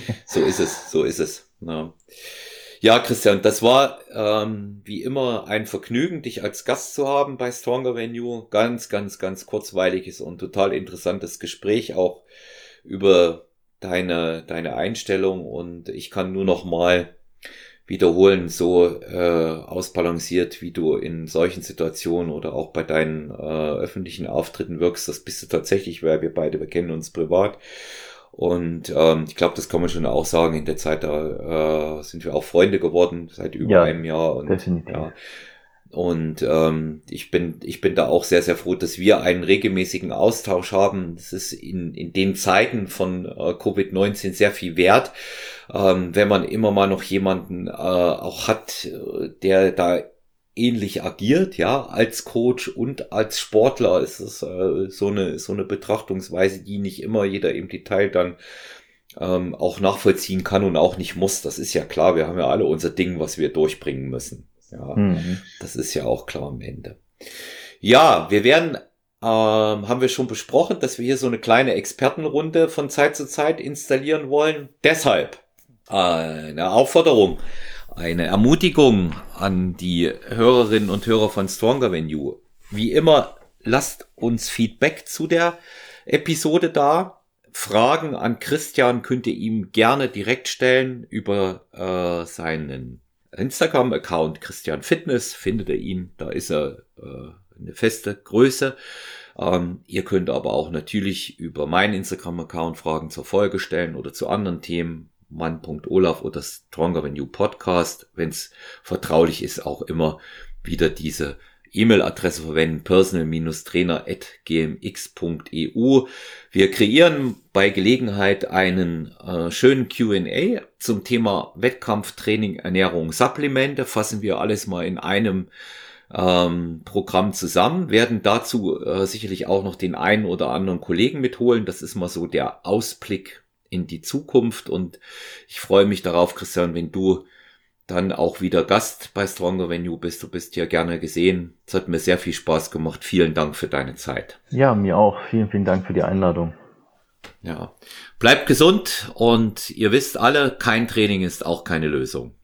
es. So ist es. Ja. Ja, Christian, das war wie immer ein Vergnügen, dich als Gast zu haben bei Stronger Than You. Ganz, ganz, ganz kurzweiliges und total interessantes Gespräch auch über deine Einstellung, und ich kann nur noch mal wiederholen, so ausbalanciert, wie du in solchen Situationen oder auch bei deinen öffentlichen Auftritten wirkst. Das bist du tatsächlich, weil wir kennen uns privat. Und ich glaube, das kann man schon auch sagen, in der Zeit, da sind wir auch Freunde geworden, seit über einem Jahr. Und, definitiv. Ja, und ich bin da auch sehr, sehr froh, dass wir einen regelmäßigen Austausch haben. Das ist in den Zeiten von Covid-19 sehr viel wert, wenn man immer mal noch jemanden auch hat, der da ähnlich agiert, ja, als Coach und als Sportler. Ist es so eine Betrachtungsweise, die nicht immer jeder im Detail dann auch nachvollziehen kann und auch nicht muss. Das ist ja klar, wir haben ja alle unser Ding, was wir durchbringen müssen. Ja, Das ist ja auch klar am Ende. Ja, wir werden, haben wir schon besprochen, dass wir hier so eine kleine Expertenrunde von Zeit zu Zeit installieren wollen. Deshalb eine Aufforderung, eine Ermutigung an die Hörerinnen und Hörer von Stronger Than You. Wie immer, lasst uns Feedback zu der Episode da. Fragen an Christian könnt ihr ihm gerne direkt stellen über seinen Instagram-Account Christian Fitness. Findet ihr ihn, da ist er eine feste Größe. Ihr könnt aber auch natürlich über meinen Instagram-Account Fragen zur Folge stellen oder zu anderen Themen. Mann.olaf oder Stronger Than You Podcast. Wenn es vertraulich ist, auch immer wieder diese E-Mail-Adresse verwenden, personal-trainer@gmx.eu. Wir kreieren bei Gelegenheit einen schönen Q&A zum Thema Wettkampftraining, Ernährung, Supplemente. Fassen wir alles mal in einem Programm zusammen, werden dazu sicherlich auch noch den einen oder anderen Kollegen mitholen. Das ist mal so der Ausblick in die Zukunft, und ich freue mich darauf, Christian, wenn du dann auch wieder Gast bei Stronger Than You bist. Du bist hier gerne gesehen. Es hat mir sehr viel Spaß gemacht. Vielen Dank für deine Zeit. Ja, mir auch. Vielen, vielen Dank für die Einladung. Ja, bleibt gesund, und ihr wisst alle, kein Training ist auch keine Lösung.